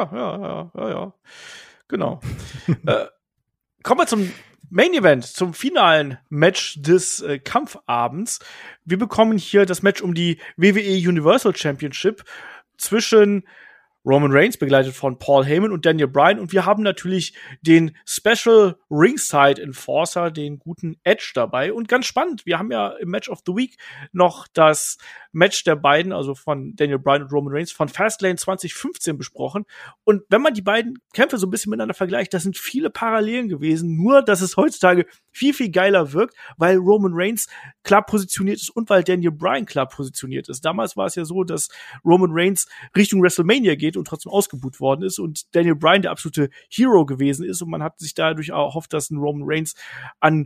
Ja. Genau. Kommen wir zum Main Event, zum finalen Match des Kampfabends. Wir bekommen hier das Match um die WWE Universal Championship zwischen Roman Reigns, begleitet von Paul Heyman und Daniel Bryan. Und wir haben natürlich den Special Ringside Enforcer, den guten Edge dabei. Und ganz spannend, wir haben ja im Match of the Week noch das Match der beiden, also von Daniel Bryan und Roman Reigns, von Fastlane 2015 besprochen. Und wenn man die beiden Kämpfe so ein bisschen miteinander vergleicht, da sind viele Parallelen gewesen, nur dass es heutzutage viel, viel geiler wirkt, weil Roman Reigns klar positioniert ist und weil Daniel Bryan klar positioniert ist. Damals war es ja so, dass Roman Reigns Richtung WrestleMania geht und trotzdem ausgebuht worden ist und Daniel Bryan der absolute Hero gewesen ist und man hat sich dadurch auch erhofft, dass ein Roman Reigns an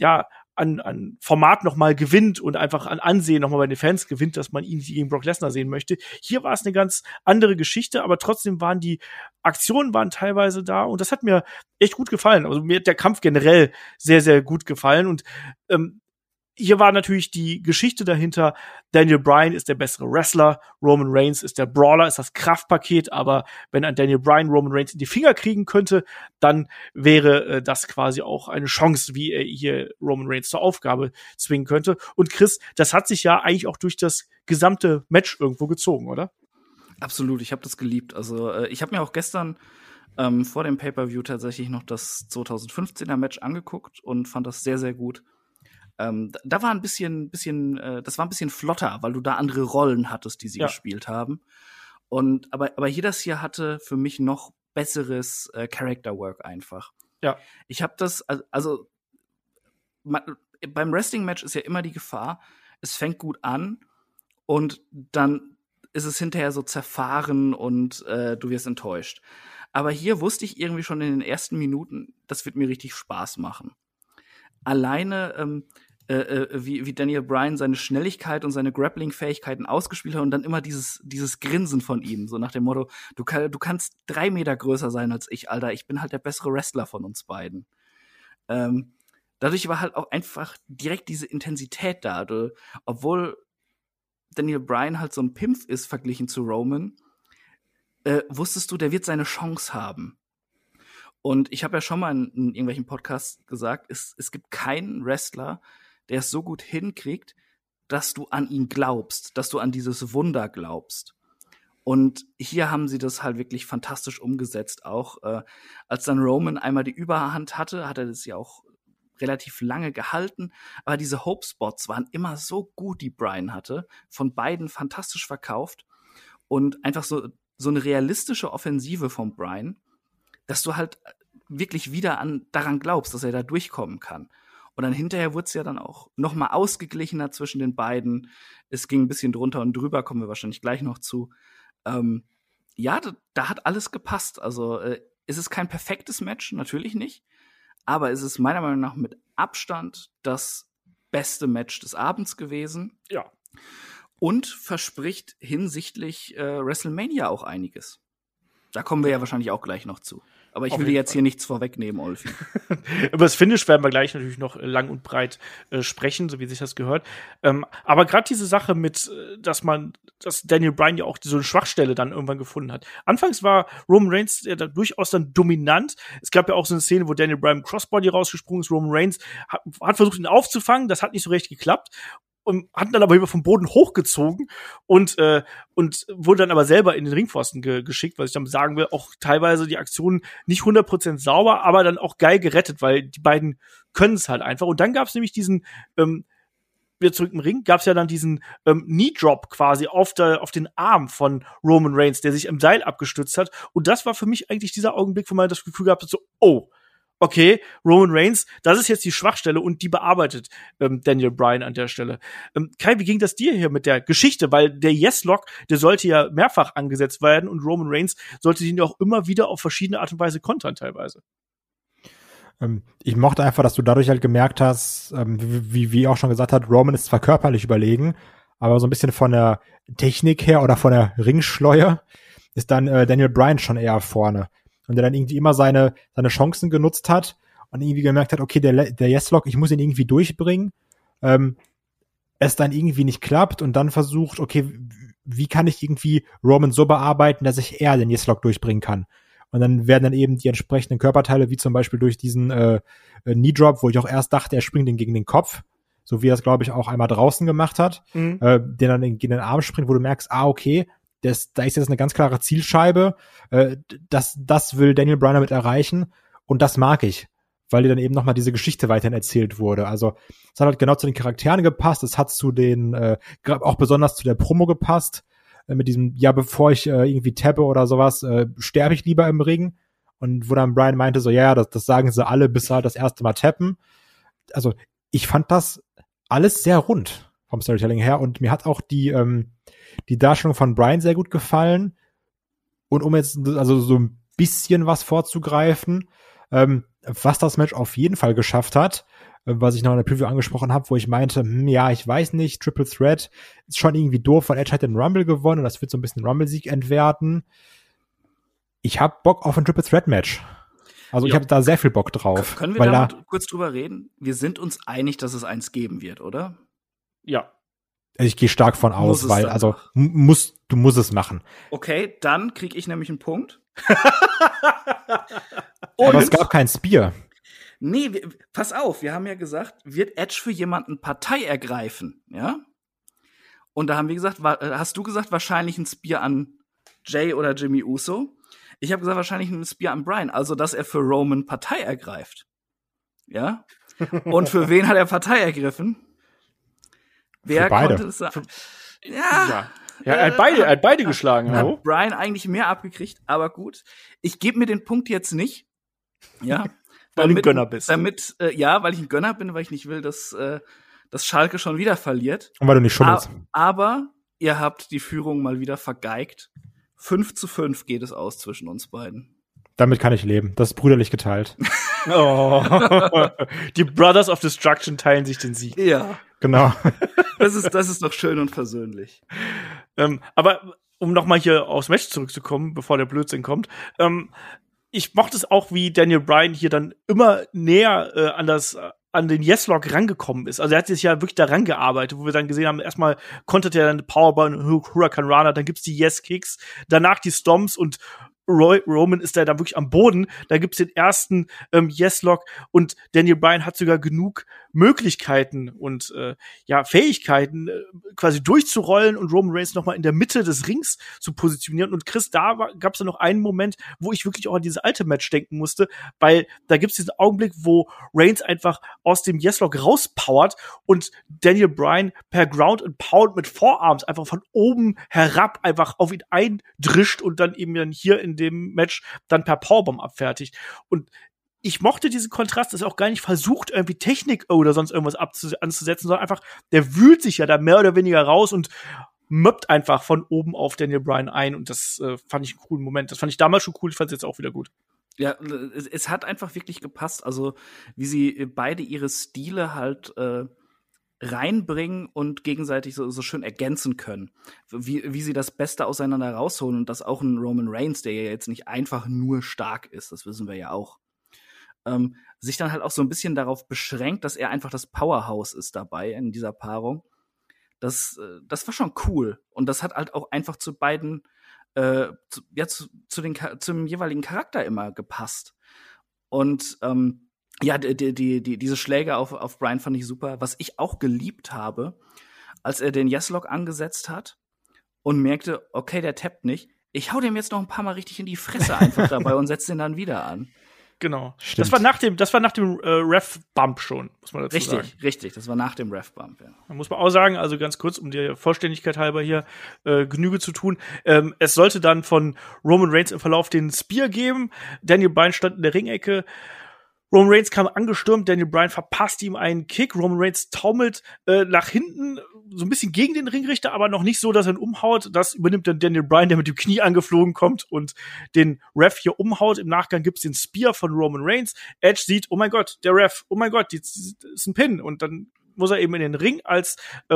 Format nochmal gewinnt und einfach an Ansehen nochmal bei den Fans gewinnt, dass man ihn gegen Brock Lesnar sehen möchte. Hier war es eine ganz andere Geschichte, aber trotzdem waren die Aktionen teilweise da und das hat mir echt gut gefallen. Also mir hat der Kampf generell sehr, sehr gut gefallen und hier war natürlich die Geschichte dahinter, Daniel Bryan ist der bessere Wrestler, Roman Reigns ist der Brawler, ist das Kraftpaket, aber wenn ein Daniel Bryan Roman Reigns in die Finger kriegen könnte, dann wäre das quasi auch eine Chance, wie er hier Roman Reigns zur Aufgabe zwingen könnte. Und Chris, das hat sich ja eigentlich auch durch das gesamte Match irgendwo gezogen, oder? Absolut, ich habe das geliebt. Also ich habe mir auch gestern vor dem Pay-Per-View tatsächlich noch das 2015er Match angeguckt und fand das sehr, sehr gut. Da war ein bisschen, das war ein bisschen flotter, weil du da andere Rollen hattest, die sie gespielt haben. Aber das hier hatte für mich noch besseres Character Work einfach. Ja. Ich habe das, beim Wrestling-Match ist ja immer die Gefahr, es fängt gut an und dann ist es hinterher so zerfahren und du wirst enttäuscht. Aber hier wusste ich irgendwie schon in den ersten Minuten, das wird mir richtig Spaß machen. Alleine wie Daniel Bryan seine Schnelligkeit und seine Grappling-Fähigkeiten ausgespielt hat und dann immer dieses Grinsen von ihm, so nach dem Motto, du kannst 3 Meter größer sein als ich, Alter, ich bin halt der bessere Wrestler von uns beiden. Dadurch war halt auch einfach direkt diese Intensität da, obwohl Daniel Bryan halt so ein Pimpf ist, verglichen zu Roman, wusstest du, der wird seine Chance haben. Und ich habe ja schon mal in irgendwelchen Podcasts gesagt, es gibt keinen Wrestler, der es so gut hinkriegt, dass du an ihn glaubst, dass du an dieses Wunder glaubst. Und hier haben sie das halt wirklich fantastisch umgesetzt. Auch als dann Roman einmal die Überhand hatte, hat er das ja auch relativ lange gehalten. Aber diese Hope-Spots waren immer so gut, die Bryan hatte. Von beiden fantastisch verkauft. Und einfach so eine realistische Offensive von Bryan, dass du halt wirklich wieder daran glaubst, dass er da durchkommen kann. Und dann hinterher wurde es ja dann auch noch mal ausgeglichener zwischen den beiden. Es ging ein bisschen drunter und drüber, kommen wir wahrscheinlich gleich noch zu. Da hat alles gepasst. Also es ist kein perfektes Match, natürlich nicht. Aber es ist meiner Meinung nach mit Abstand das beste Match des Abends gewesen. Ja. Und verspricht hinsichtlich WrestleMania auch einiges. Da kommen wir ja wahrscheinlich auch gleich noch zu. Aber ich will dir jetzt hier nichts vorwegnehmen, Olfi. Über das Finish werden wir gleich natürlich noch lang und breit sprechen, so wie sich das gehört. Aber gerade diese Sache mit, dass Daniel Bryan ja auch so eine Schwachstelle dann irgendwann gefunden hat. Anfangs war Roman Reigns ja durchaus dann dominant. Es gab ja auch so eine Szene, wo Daniel Bryan Crossbody rausgesprungen ist. Roman Reigns hat versucht, ihn aufzufangen. Das hat nicht so recht geklappt. Und hatten dann aber vom Boden hochgezogen und wurde dann aber selber in den Ringpfosten geschickt, was ich dann sagen will, auch teilweise die Aktionen nicht 100% sauber, aber dann auch geil gerettet, weil die beiden können es halt einfach. Und dann gab es nämlich diesen, wieder zurück im Ring, gab es ja dann diesen Knee-Drop quasi auf den Arm von Roman Reigns, der sich im Seil abgestützt hat. Und das war für mich eigentlich dieser Augenblick, wo man das Gefühl gehabt hat, so, oh, okay, Roman Reigns, das ist jetzt die Schwachstelle und die bearbeitet Daniel Bryan an der Stelle. Kai, wie ging das dir hier mit der Geschichte? Weil der Yes-Lock, der sollte ja mehrfach angesetzt werden und Roman Reigns sollte ihn ja auch immer wieder auf verschiedene Art und Weise kontern teilweise. Ich mochte einfach, dass du dadurch halt gemerkt hast, wie auch schon gesagt hat, Roman ist zwar körperlich überlegen, aber so ein bisschen von der Technik her oder von der Ringschleue ist dann Daniel Bryan schon eher vorne. Und der dann irgendwie immer seine Chancen genutzt hat und irgendwie gemerkt hat, okay, der Yes-Lock, ich muss ihn irgendwie durchbringen. Es dann irgendwie nicht klappt und dann versucht, okay, wie kann ich irgendwie Roman so bearbeiten, dass ich eher den Yes-Lock durchbringen kann. Und dann werden dann eben die entsprechenden Körperteile, wie zum Beispiel durch diesen Knee-Drop, wo ich auch erst dachte, er springt den gegen den Kopf, so wie er es, glaube ich, auch einmal draußen gemacht hat, den dann gegen den Arm springt, wo du merkst, okay, da ist jetzt eine ganz klare Zielscheibe, das will Daniel Bryan damit erreichen und das mag ich, weil dir dann eben nochmal diese Geschichte weiterhin erzählt wurde. Also es hat halt genau zu den Charakteren gepasst, es hat zu den, auch besonders zu der Promo gepasst, mit diesem, ja, bevor ich irgendwie tappe oder sowas, sterbe ich lieber im Ring. Und wo dann Bryan meinte so, ja, das sagen sie alle, bis sie halt das erste Mal tappen. Also ich fand das alles sehr rund vom Storytelling her und mir hat auch die Darstellung von Bryan sehr gut gefallen. Und um jetzt also so ein bisschen was vorzugreifen, was das Match auf jeden Fall geschafft hat, was ich noch in der Preview angesprochen habe, wo ich meinte, ja, ich weiß nicht, Triple Threat ist schon irgendwie doof, weil Edge hat den Rumble gewonnen und das wird so ein bisschen Rumble-Sieg entwerten. Ich hab Bock auf ein Triple Threat Match. Also ich Ja. habe da sehr viel Bock drauf. Können wir weil da mal kurz drüber reden? Wir sind uns einig, dass es eins geben wird, oder? Ja. ich gehe stark von Muss aus, es weil, dann also doch. du musst es machen. Okay, dann kriege ich nämlich einen Punkt. Aber es gab kein Spear. Nee, pass auf, wir haben ja gesagt, wird Edge für jemanden Partei ergreifen, ja? Und da haben wir gesagt, hast du gesagt, wahrscheinlich ein Spear an Jay oder Jimmy Uso? Ich habe gesagt, wahrscheinlich ein Spear an Bryan, also dass er für Roman Partei ergreift. Ja? Und für wen hat er Partei ergriffen? Wer Für beide. konnte es sagen? Ja, er hat beide geschlagen. Hat Hallo? Bryan eigentlich mehr abgekriegt, aber gut. Ich gebe mir den Punkt jetzt nicht. Ja. Weil du ein Gönner bist. Ja, weil ich ein Gönner bin, weil ich nicht will, dass Schalke schon wieder verliert. Und weil du nicht schummelst. Aber ihr habt die Führung mal wieder vergeigt. 5:5 geht es aus zwischen uns beiden. Damit kann ich leben. Das ist brüderlich geteilt. Oh. Die Brothers of Destruction teilen sich den Sieg. Ja, Genau. das ist doch schön und versöhnlich. Aber um noch mal hier aufs Match zurückzukommen, bevor der Blödsinn kommt, ich mochte es auch, wie Daniel Bryan hier dann immer näher an den Yes-Lock rangekommen ist. Also er hat sich ja wirklich daran gearbeitet, wo wir dann gesehen haben, erstmal kontert er dann Powerbomb und Hurricane Rana, dann gibt's die Yes-Kicks, danach die Stomps und Roman ist da dann wirklich am Boden. Da gibt's den ersten Yes-Lock und Daniel Bryan hat sogar genug Möglichkeiten und Fähigkeiten quasi durchzurollen und Roman Reigns noch mal in der Mitte des Rings zu positionieren. Und Chris, gab's dann noch einen Moment, wo ich wirklich auch an dieses alte Match denken musste, weil da gibt's diesen Augenblick, wo Reigns einfach aus dem Yes-Lock rauspowert und Daniel Bryan per Ground and Pound mit Forearms einfach von oben herab einfach auf ihn eindrischt und dann eben dann hier in dem Match dann per Powerbomb abfertigt. Und ich mochte diesen Kontrast, dass er auch gar nicht versucht, irgendwie Technik oder sonst irgendwas anzusetzen, sondern einfach, der wühlt sich ja da mehr oder weniger raus und möppt einfach von oben auf Daniel Bryan ein. Und das fand ich einen coolen Moment. Das fand ich damals schon cool, ich fand es jetzt auch wieder gut. Ja, es hat einfach wirklich gepasst. Also, wie sie beide ihre Stile halt reinbringen und gegenseitig so schön ergänzen können. Wie sie das Beste auseinander rausholen und das auch ein Roman Reigns, der ja jetzt nicht einfach nur stark ist, das wissen wir ja auch, sich dann halt auch so ein bisschen darauf beschränkt, dass er einfach das Powerhouse ist dabei in dieser Paarung. Das war schon cool. Und das hat halt auch einfach zu beiden, zum jeweiligen Charakter immer gepasst. Und diese Schläge auf Bryan fand ich super. Was ich auch geliebt habe, als er den Yes-Lock angesetzt hat und merkte, okay, der tappt nicht. Ich hau dem jetzt noch ein paar Mal richtig in die Fresse einfach dabei und setze den dann wieder an. Genau. Stimmt. Das war nach dem Ref-Bump schon, muss man dazu sagen. Richtig. Das war nach dem Ref-Bump, ja. Da muss man auch sagen, also ganz kurz, um der Vollständigkeit halber hier Genüge zu tun. Es sollte dann von Roman Reigns im Verlauf den Spear geben. Daniel Bryan stand in der Ringecke. Roman Reigns kam angestürmt, Daniel Bryan verpasst ihm einen Kick. Roman Reigns taumelt nach hinten, so ein bisschen gegen den Ringrichter, aber noch nicht so, dass er ihn umhaut. Das übernimmt dann Daniel Bryan, der mit dem Knie angeflogen kommt und den Ref hier umhaut. Im Nachgang gibt's den Spear von Roman Reigns. Edge sieht, oh mein Gott, der Ref, oh mein Gott, das ist ein Pin. Und dann muss er eben in den Ring als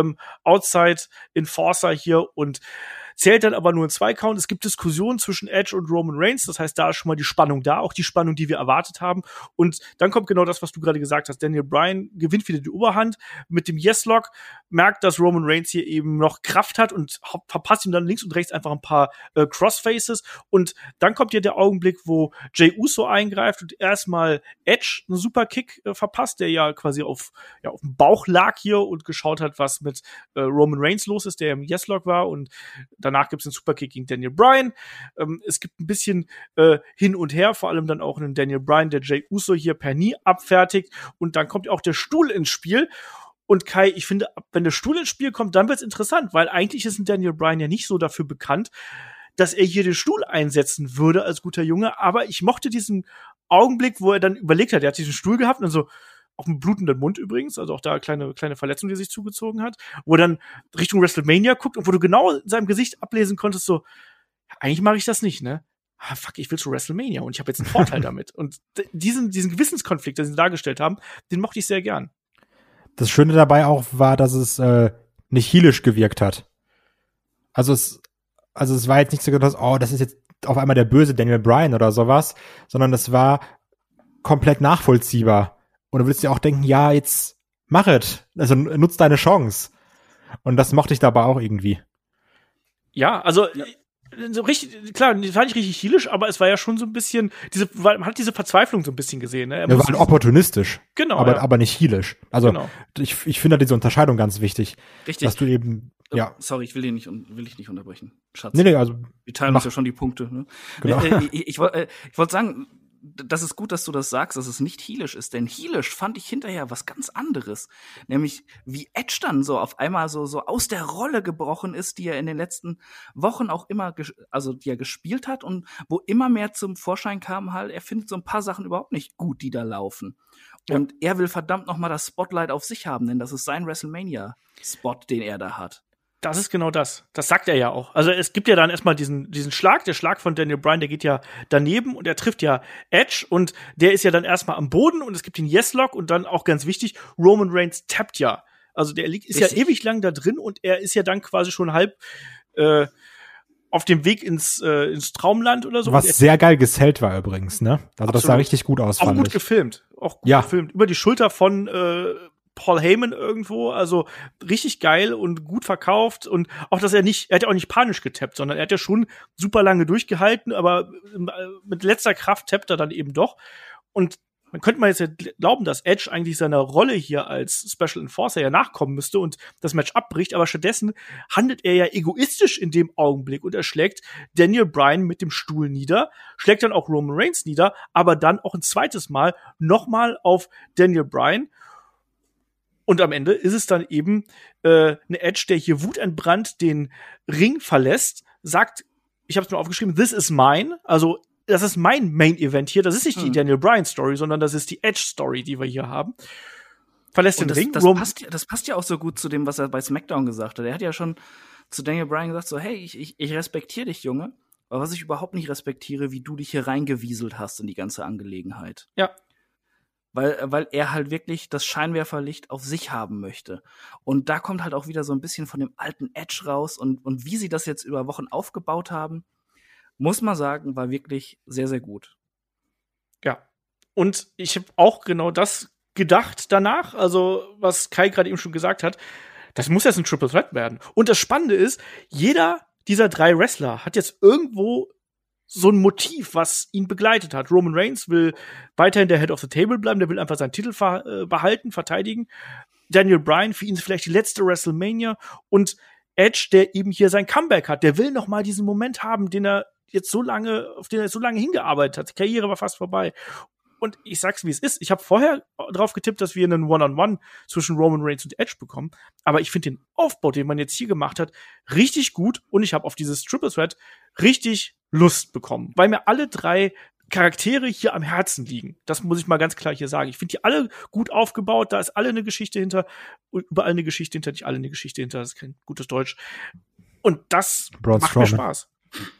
Outside Enforcer hier und zählt dann aber nur ein 2-Count. Es gibt Diskussionen zwischen Edge und Roman Reigns. Das heißt, da ist schon mal die Spannung da, auch die Spannung, die wir erwartet haben. Und dann kommt genau das, was du gerade gesagt hast. Daniel Bryan gewinnt wieder die Oberhand mit dem Yes-Lock, merkt, dass Roman Reigns hier eben noch Kraft hat und verpasst ihm dann links und rechts einfach ein paar Crossfaces. Und dann kommt hier der Augenblick, wo Jey Uso eingreift und erstmal Edge einen super Kick verpasst, der ja quasi auf dem Bauch lag hier und geschaut hat, was mit Roman Reigns los ist, der im Yes-Lock war. Und danach gibt es einen Superkick gegen Daniel Bryan. Es gibt ein bisschen hin und her, vor allem dann auch einen Daniel Bryan, der Jey Uso hier per Knee abfertigt. Und dann kommt auch der Stuhl ins Spiel. Und Kai, ich finde, wenn der Stuhl ins Spiel kommt, dann wird's interessant, weil eigentlich ist ein Daniel Bryan ja nicht so dafür bekannt, dass er hier den Stuhl einsetzen würde als guter Junge. Aber ich mochte diesen Augenblick, wo er dann überlegt hat, er hat diesen Stuhl gehabt und so, auf dem blutenden Mund übrigens, also auch da kleine Verletzung, die er sich zugezogen hat, wo er dann Richtung WrestleMania guckt und wo du genau in seinem Gesicht ablesen konntest, so, eigentlich mache ich das nicht, ne? Fuck, ich will zu WrestleMania und ich habe jetzt einen Vorteil damit. Und diesen Gewissenskonflikt, den sie dargestellt haben, den mochte ich sehr gern. Das Schöne dabei auch war, dass es nicht heelisch gewirkt hat. Also es war jetzt nicht so, dass, das ist jetzt auf einmal der böse Daniel Bryan oder sowas, sondern es war komplett nachvollziehbar. Und du würdest dir auch denken, ja, jetzt mach es. Also nutz deine Chance. Und das mochte ich dabei auch irgendwie. Ja, also so richtig, klar, das war nicht richtig heelisch, aber es war ja schon so ein bisschen, man hat diese Verzweiflung so ein bisschen gesehen. Ne? Er war halt opportunistisch, genau, aber nicht heelisch. Also genau. ich finde diese Unterscheidung ganz wichtig. Richtig. Dass du eben, ja. Sorry, ich will dich nicht unterbrechen, Schatz. Nee, also wir teilen uns ja schon die Punkte. Ne? Genau. Ich wollte sagen, das ist gut, dass du das sagst, dass es nicht heelisch ist, denn heelisch fand ich hinterher was ganz anderes. Nämlich, wie Edge dann so auf einmal so aus der Rolle gebrochen ist, die er in den letzten Wochen auch immer, die er gespielt hat und wo immer mehr zum Vorschein kam halt, er findet so ein paar Sachen überhaupt nicht gut, die da laufen. Ja. Und er will verdammt noch mal das Spotlight auf sich haben, denn das ist sein WrestleMania-Spot, den er da hat. Das ist genau das. Das sagt er ja auch. Also es gibt ja dann erstmal diesen Schlag, der Schlag von Daniel Bryan, der geht ja daneben und er trifft ja Edge und der ist ja dann erstmal am Boden und es gibt den Yes-Lock und dann auch ganz wichtig, Roman Reigns tappt ja. Also der ist ja ewig lang da drin und er ist ja dann quasi schon halb auf dem Weg ins Traumland oder so. Was sehr geil gesellt war übrigens, ne? Also absolut. Das sah richtig gut aus, fand ich. Auch gut gefilmt. Gefilmt. Über die Schulter von Paul Heyman irgendwo, also richtig geil und gut verkauft und auch, dass er hat ja auch nicht panisch getappt, sondern er hat ja schon super lange durchgehalten, aber mit letzter Kraft tappt er dann eben doch und man könnte mal jetzt ja glauben, dass Edge eigentlich seiner Rolle hier als Special Enforcer ja nachkommen müsste und das Match abbricht, aber stattdessen handelt er ja egoistisch in dem Augenblick und er schlägt Daniel Bryan mit dem Stuhl nieder, schlägt dann auch Roman Reigns nieder, aber dann auch ein zweites Mal nochmal auf Daniel Bryan. Und am Ende ist es dann eben eine Edge, der hier wutentbrannt den Ring verlässt, sagt, ich habe es mir aufgeschrieben, this is mine, also das ist mein Main Event hier, das ist nicht die Daniel Bryan Story, sondern das ist die Edge Story, die wir hier haben. Verlässt den Ring. Das passt ja auch so gut zu dem, was er bei SmackDown gesagt hat. Er hat ja schon zu Daniel Bryan gesagt, so, hey, ich respektiere dich, Junge, aber was ich überhaupt nicht respektiere, wie du dich hier reingewieselt hast in die ganze Angelegenheit. Ja. Weil er halt wirklich das Scheinwerferlicht auf sich haben möchte. Und da kommt halt auch wieder so ein bisschen von dem alten Edge raus. Und wie sie das jetzt über Wochen aufgebaut haben, muss man sagen, war wirklich sehr, sehr gut. Ja. Und ich habe auch genau das gedacht danach, also was Kai gerade eben schon gesagt hat, das muss jetzt ein Triple Threat werden. Und das Spannende ist, jeder dieser 3 Wrestler hat jetzt irgendwo so ein Motiv, was ihn begleitet hat. Roman Reigns will weiterhin der Head of the Table bleiben, der will einfach seinen Titel behalten, verteidigen. Daniel Bryan, für ihn ist vielleicht die letzte WrestleMania. Und Edge, der eben hier sein Comeback hat, der will noch mal diesen Moment haben, auf den er so lange hingearbeitet hat. Die Karriere war fast vorbei. Und ich sag's, wie es ist. Ich habe vorher drauf getippt, dass wir einen One-on-One zwischen Roman Reigns und Edge bekommen. Aber ich finde den Aufbau, den man jetzt hier gemacht hat, richtig gut. Und ich habe auf dieses Triple Threat richtig Lust bekommen. Weil mir alle 3 Charaktere hier am Herzen liegen. Das muss ich mal ganz klar hier sagen. Ich finde die alle gut aufgebaut. Da ist alle eine Geschichte hinter. Überall eine Geschichte hinter. Nicht alle eine Geschichte hinter. Das ist kein gutes Deutsch. Und das macht mir Spaß.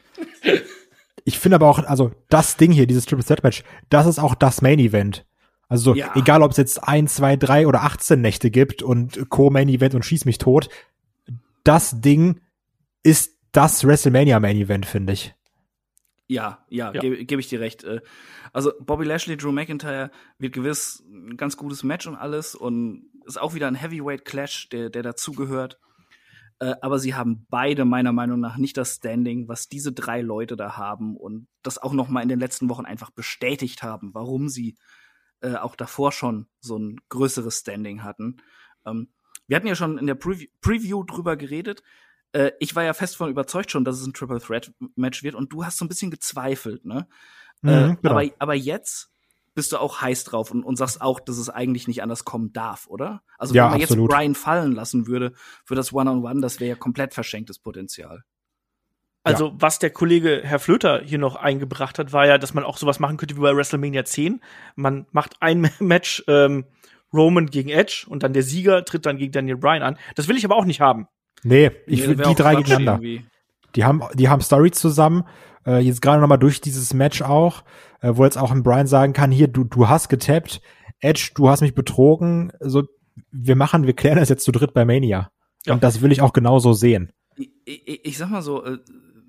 Ich finde aber auch, also das Ding hier, dieses Triple Threat Match, das ist auch das Main Event. Also ja. Egal, ob es jetzt 1, 2, 3 oder 18 Nächte gibt und Co-Main Event und schieß mich tot, das Ding ist das WrestleMania Main Event, finde ich. Ja. Gebe ich dir recht. Also Bobby Lashley, Drew McIntyre wird gewiss ein ganz gutes Match und alles und ist auch wieder ein Heavyweight Clash, der dazugehört. Aber sie haben beide meiner Meinung nach nicht das Standing, was diese 3 Leute da haben und das auch noch mal in den letzten Wochen einfach bestätigt haben, warum sie auch davor schon so ein größeres Standing hatten. Wir hatten ja schon in der Preview drüber geredet. Ich war ja fest davon überzeugt schon, dass es ein Triple Threat Match wird und du hast so ein bisschen gezweifelt, ne? Genau. Aber jetzt bist du auch heiß drauf und sagst auch, dass es eigentlich nicht anders kommen darf, oder? Also ja, wenn man absolut. Jetzt Bryan fallen lassen würde für das One-on-One, das wäre ja komplett verschenktes Potenzial. Also was der Kollege Herr Flöter hier noch eingebracht hat, war ja, dass man auch sowas machen könnte wie bei WrestleMania 10. Man macht ein Match Roman gegen Edge und dann der Sieger tritt dann gegen Daniel Bryan an. Das will ich aber auch nicht haben. Nee, ich will die 3 gegeneinander. Die haben Story zusammen. Jetzt gerade noch mal durch dieses Match auch, wo jetzt auch ein Bryan sagen kann, hier, du hast getappt, Edge, du hast mich betrogen, so, wir klären das jetzt zu dritt bei Mania. Ja. Und das will ich auch genauso sehen. Ich sag mal so,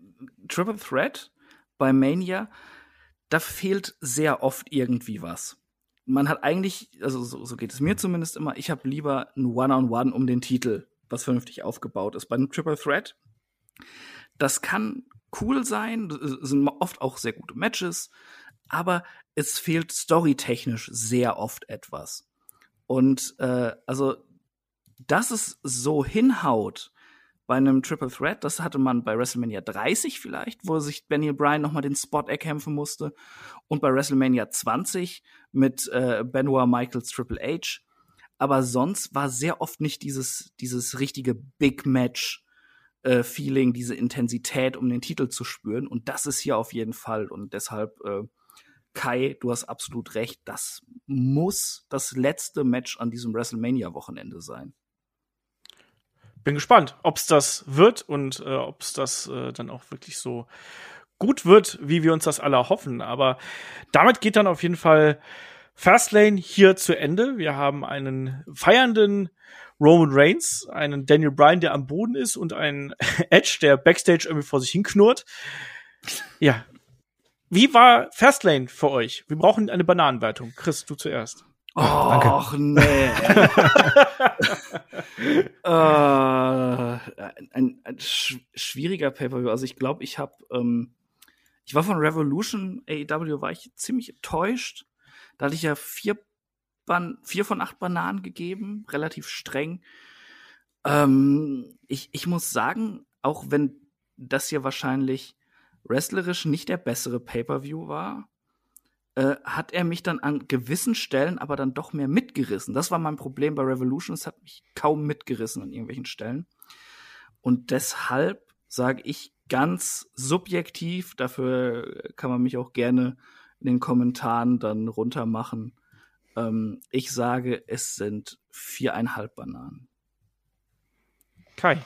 Triple Threat bei Mania, da fehlt sehr oft irgendwie was. man hat eigentlich, also so geht es mir zumindest immer, ich habe lieber ein One-on-One um den Titel, was vernünftig aufgebaut ist. Bei einem Triple Threat, das kann cool sein, sind oft auch sehr gute Matches, aber es fehlt storytechnisch sehr oft etwas. Und also, dass es so hinhaut bei einem Triple Threat, das hatte man bei WrestleMania 30 vielleicht, wo sich Daniel Bryan nochmal den Spot erkämpfen musste, und bei WrestleMania 20 mit Benoit, Michaels, Triple H. Aber sonst war sehr oft nicht dieses richtige Big Match Feeling, diese Intensität, um den Titel zu spüren. Und das ist hier auf jeden Fall. Und deshalb, Kai, du hast absolut recht, das muss das letzte Match an diesem WrestleMania-Wochenende sein. Bin gespannt, ob es das wird und ob es das dann auch wirklich so gut wird, wie wir uns das alle hoffen. Aber damit geht dann auf jeden Fall Fastlane hier zu Ende. Wir haben einen feiernden Roman Reigns, einen Daniel Bryan, der am Boden ist, und einen Edge, der Backstage irgendwie vor sich hin knurrt. Ja. Wie war Fastlane für euch? Wir brauchen eine Bananenwertung. Chris, du zuerst. Och, nee. Ein schwieriger Pay-Per-View. Also ich glaube, ich war von Revolution AEW, war ich ziemlich enttäuscht. Da hatte ich ja 4 von 8 Bananen gegeben, relativ streng. Ich muss sagen, auch wenn das hier wahrscheinlich wrestlerisch nicht der bessere Pay-Per-View war, hat er mich dann an gewissen Stellen aber dann doch mehr mitgerissen. Das war mein Problem bei Revolution. Es hat mich kaum mitgerissen an irgendwelchen Stellen. Und deshalb sage ich ganz subjektiv, dafür kann man mich auch gerne in den Kommentaren dann runtermachen, ich sage, es sind 4,5 Bananen. Kai.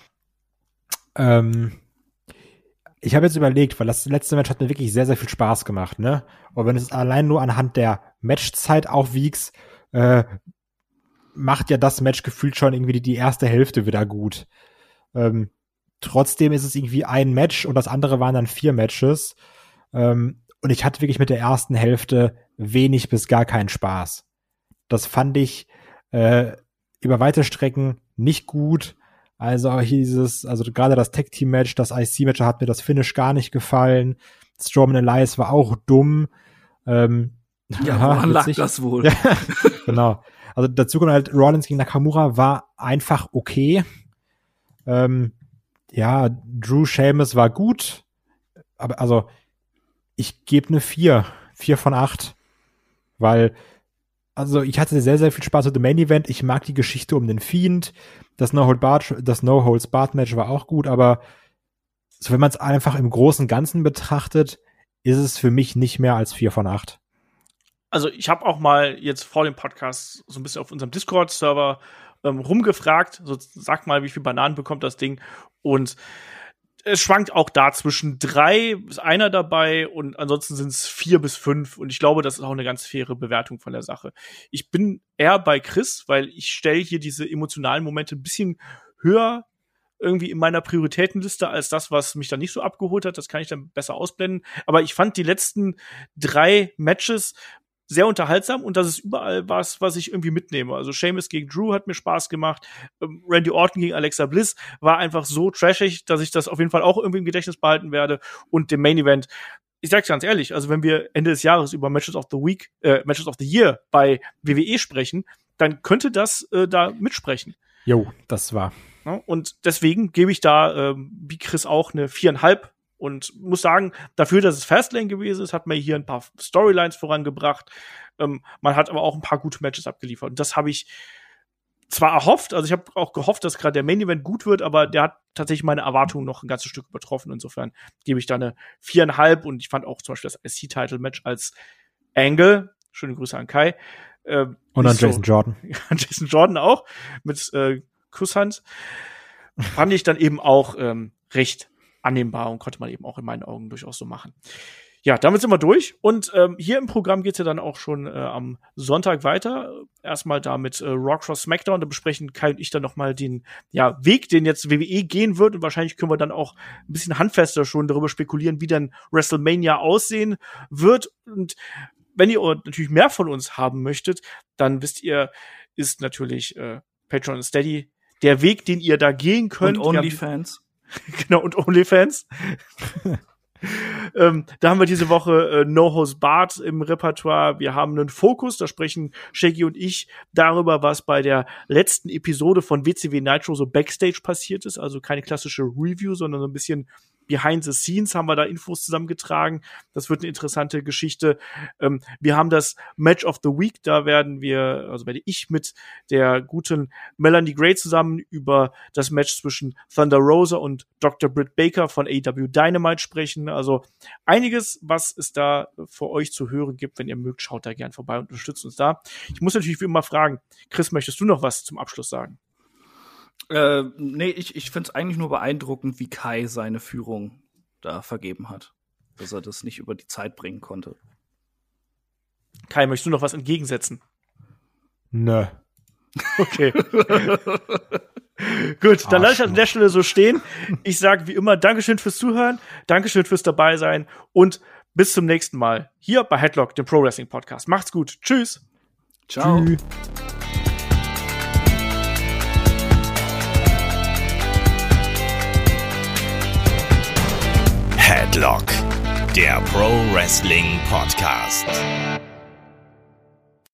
Ich habe jetzt überlegt, weil das letzte Match hat mir wirklich sehr, sehr viel Spaß gemacht, ne? Und wenn es allein nur anhand der Matchzeit aufwiegst, macht ja das Match gefühlt schon irgendwie die erste Hälfte wieder gut. Trotzdem ist es irgendwie ein Match und das andere waren dann 4 Matches. Und ich hatte wirklich mit der ersten Hälfte wenig bis gar keinen Spaß. Das fand ich über weite Strecken nicht gut. Also gerade das Tag-Team-Match, das IC-Match, da hat mir das Finish gar nicht gefallen. Strowman Elias war auch dumm. Woran lag das wohl? Ja, genau. Also dazu kommt halt, Rollins gegen Nakamura war einfach okay. Drew Sheamus war gut. Aber also, ich gebe eine 4 von 8. Weil, also ich hatte sehr, sehr viel Spaß mit dem Main Event. Ich mag die Geschichte um den Fiend. Das No-Holds-Barred-Match war auch gut, aber so, wenn man es einfach im großen Ganzen betrachtet, ist es für mich nicht mehr als 4 von 8. Also ich habe auch mal jetzt vor dem Podcast so ein bisschen auf unserem Discord-Server rumgefragt, so sag mal, wie viel Bananen bekommt das Ding, und es schwankt auch da zwischen 3 bis 1 dabei und ansonsten sind es 4 bis 5 und ich glaube, das ist auch eine ganz faire Bewertung von der Sache. Ich bin eher bei Chris, weil ich stelle hier diese emotionalen Momente ein bisschen höher irgendwie in meiner Prioritätenliste als das, was mich dann nicht so abgeholt hat. Das kann ich dann besser ausblenden. Aber ich fand die letzten 3 Matches sehr unterhaltsam und das ist überall was ich irgendwie mitnehme. Also Sheamus gegen Drew hat mir Spaß gemacht. Randy Orton gegen Alexa Bliss war einfach so trashig, dass ich das auf jeden Fall auch irgendwie im Gedächtnis behalten werde. Und dem Main Event, ich sag's ganz ehrlich, also wenn wir Ende des Jahres über Matches of the Year bei WWE sprechen, dann könnte das da mitsprechen. Jo, das war. Ja, und deswegen gebe ich da, wie Chris auch, eine 4,5. Und muss sagen, dafür, dass es Fastlane gewesen ist, hat man hier ein paar Storylines vorangebracht. Man hat aber auch ein paar gute Matches abgeliefert. Und das habe ich zwar erhofft, also ich habe auch gehofft, dass gerade der Main Event gut wird, aber der hat tatsächlich meine Erwartungen noch ein ganzes Stück übertroffen. Insofern gebe ich da eine 4,5. Und ich fand auch zum Beispiel das IC-Title-Match als Angle, schöne Grüße an Kai. Und an Jason Jordan. An Jason Jordan auch, mit Kusshand. Fand ich dann eben auch recht annehmbar und konnte man eben auch in meinen Augen durchaus so machen. Ja, damit sind wir durch. Und hier im Programm geht's ja dann auch schon am Sonntag weiter. Erstmal da mit Raw Cross SmackDown. Da besprechen Kai und ich dann noch mal den Weg, den jetzt WWE gehen wird. Und wahrscheinlich können wir dann auch ein bisschen handfester schon darüber spekulieren, wie dann WrestleMania aussehen wird. Und wenn ihr natürlich mehr von uns haben möchtet, dann wisst ihr, ist natürlich Patreon und Steady der Weg, den ihr da gehen könnt. Und OnlyFans. Genau, und OnlyFans. Da haben wir diese Woche No Host Bart im Repertoire. Wir haben einen Fokus, da sprechen Shaggy und ich darüber, was bei der letzten Episode von WCW Nitro so Backstage passiert ist. Also keine klassische Review, sondern so ein bisschen Behind the Scenes haben wir da Infos zusammengetragen. Das wird eine interessante Geschichte. Wir haben das Match of the Week. Da werde ich mit der guten Melanie Gray zusammen über das Match zwischen Thunder Rosa und Dr. Britt Baker von AEW Dynamite sprechen. Also einiges, was es da für euch zu hören gibt. Wenn ihr mögt, schaut da gern vorbei und unterstützt uns da. Ich muss natürlich wie immer fragen, Chris, möchtest du noch was zum Abschluss sagen? Nee, ich finde es eigentlich nur beeindruckend, wie Kai seine Führung da vergeben hat. Dass er das nicht über die Zeit bringen konnte. Kai, möchtest du noch was entgegensetzen? Nö. Okay. Gut, dann lasse ich an der Stelle so stehen. Ich sage wie immer Dankeschön fürs Zuhören, Dankeschön fürs Dabeisein und bis zum nächsten Mal hier bei Headlock, dem Pro Wrestling Podcast. Macht's gut. Tschüss. Ciao. Tschüss. Headlock, der Pro Wrestling Podcast.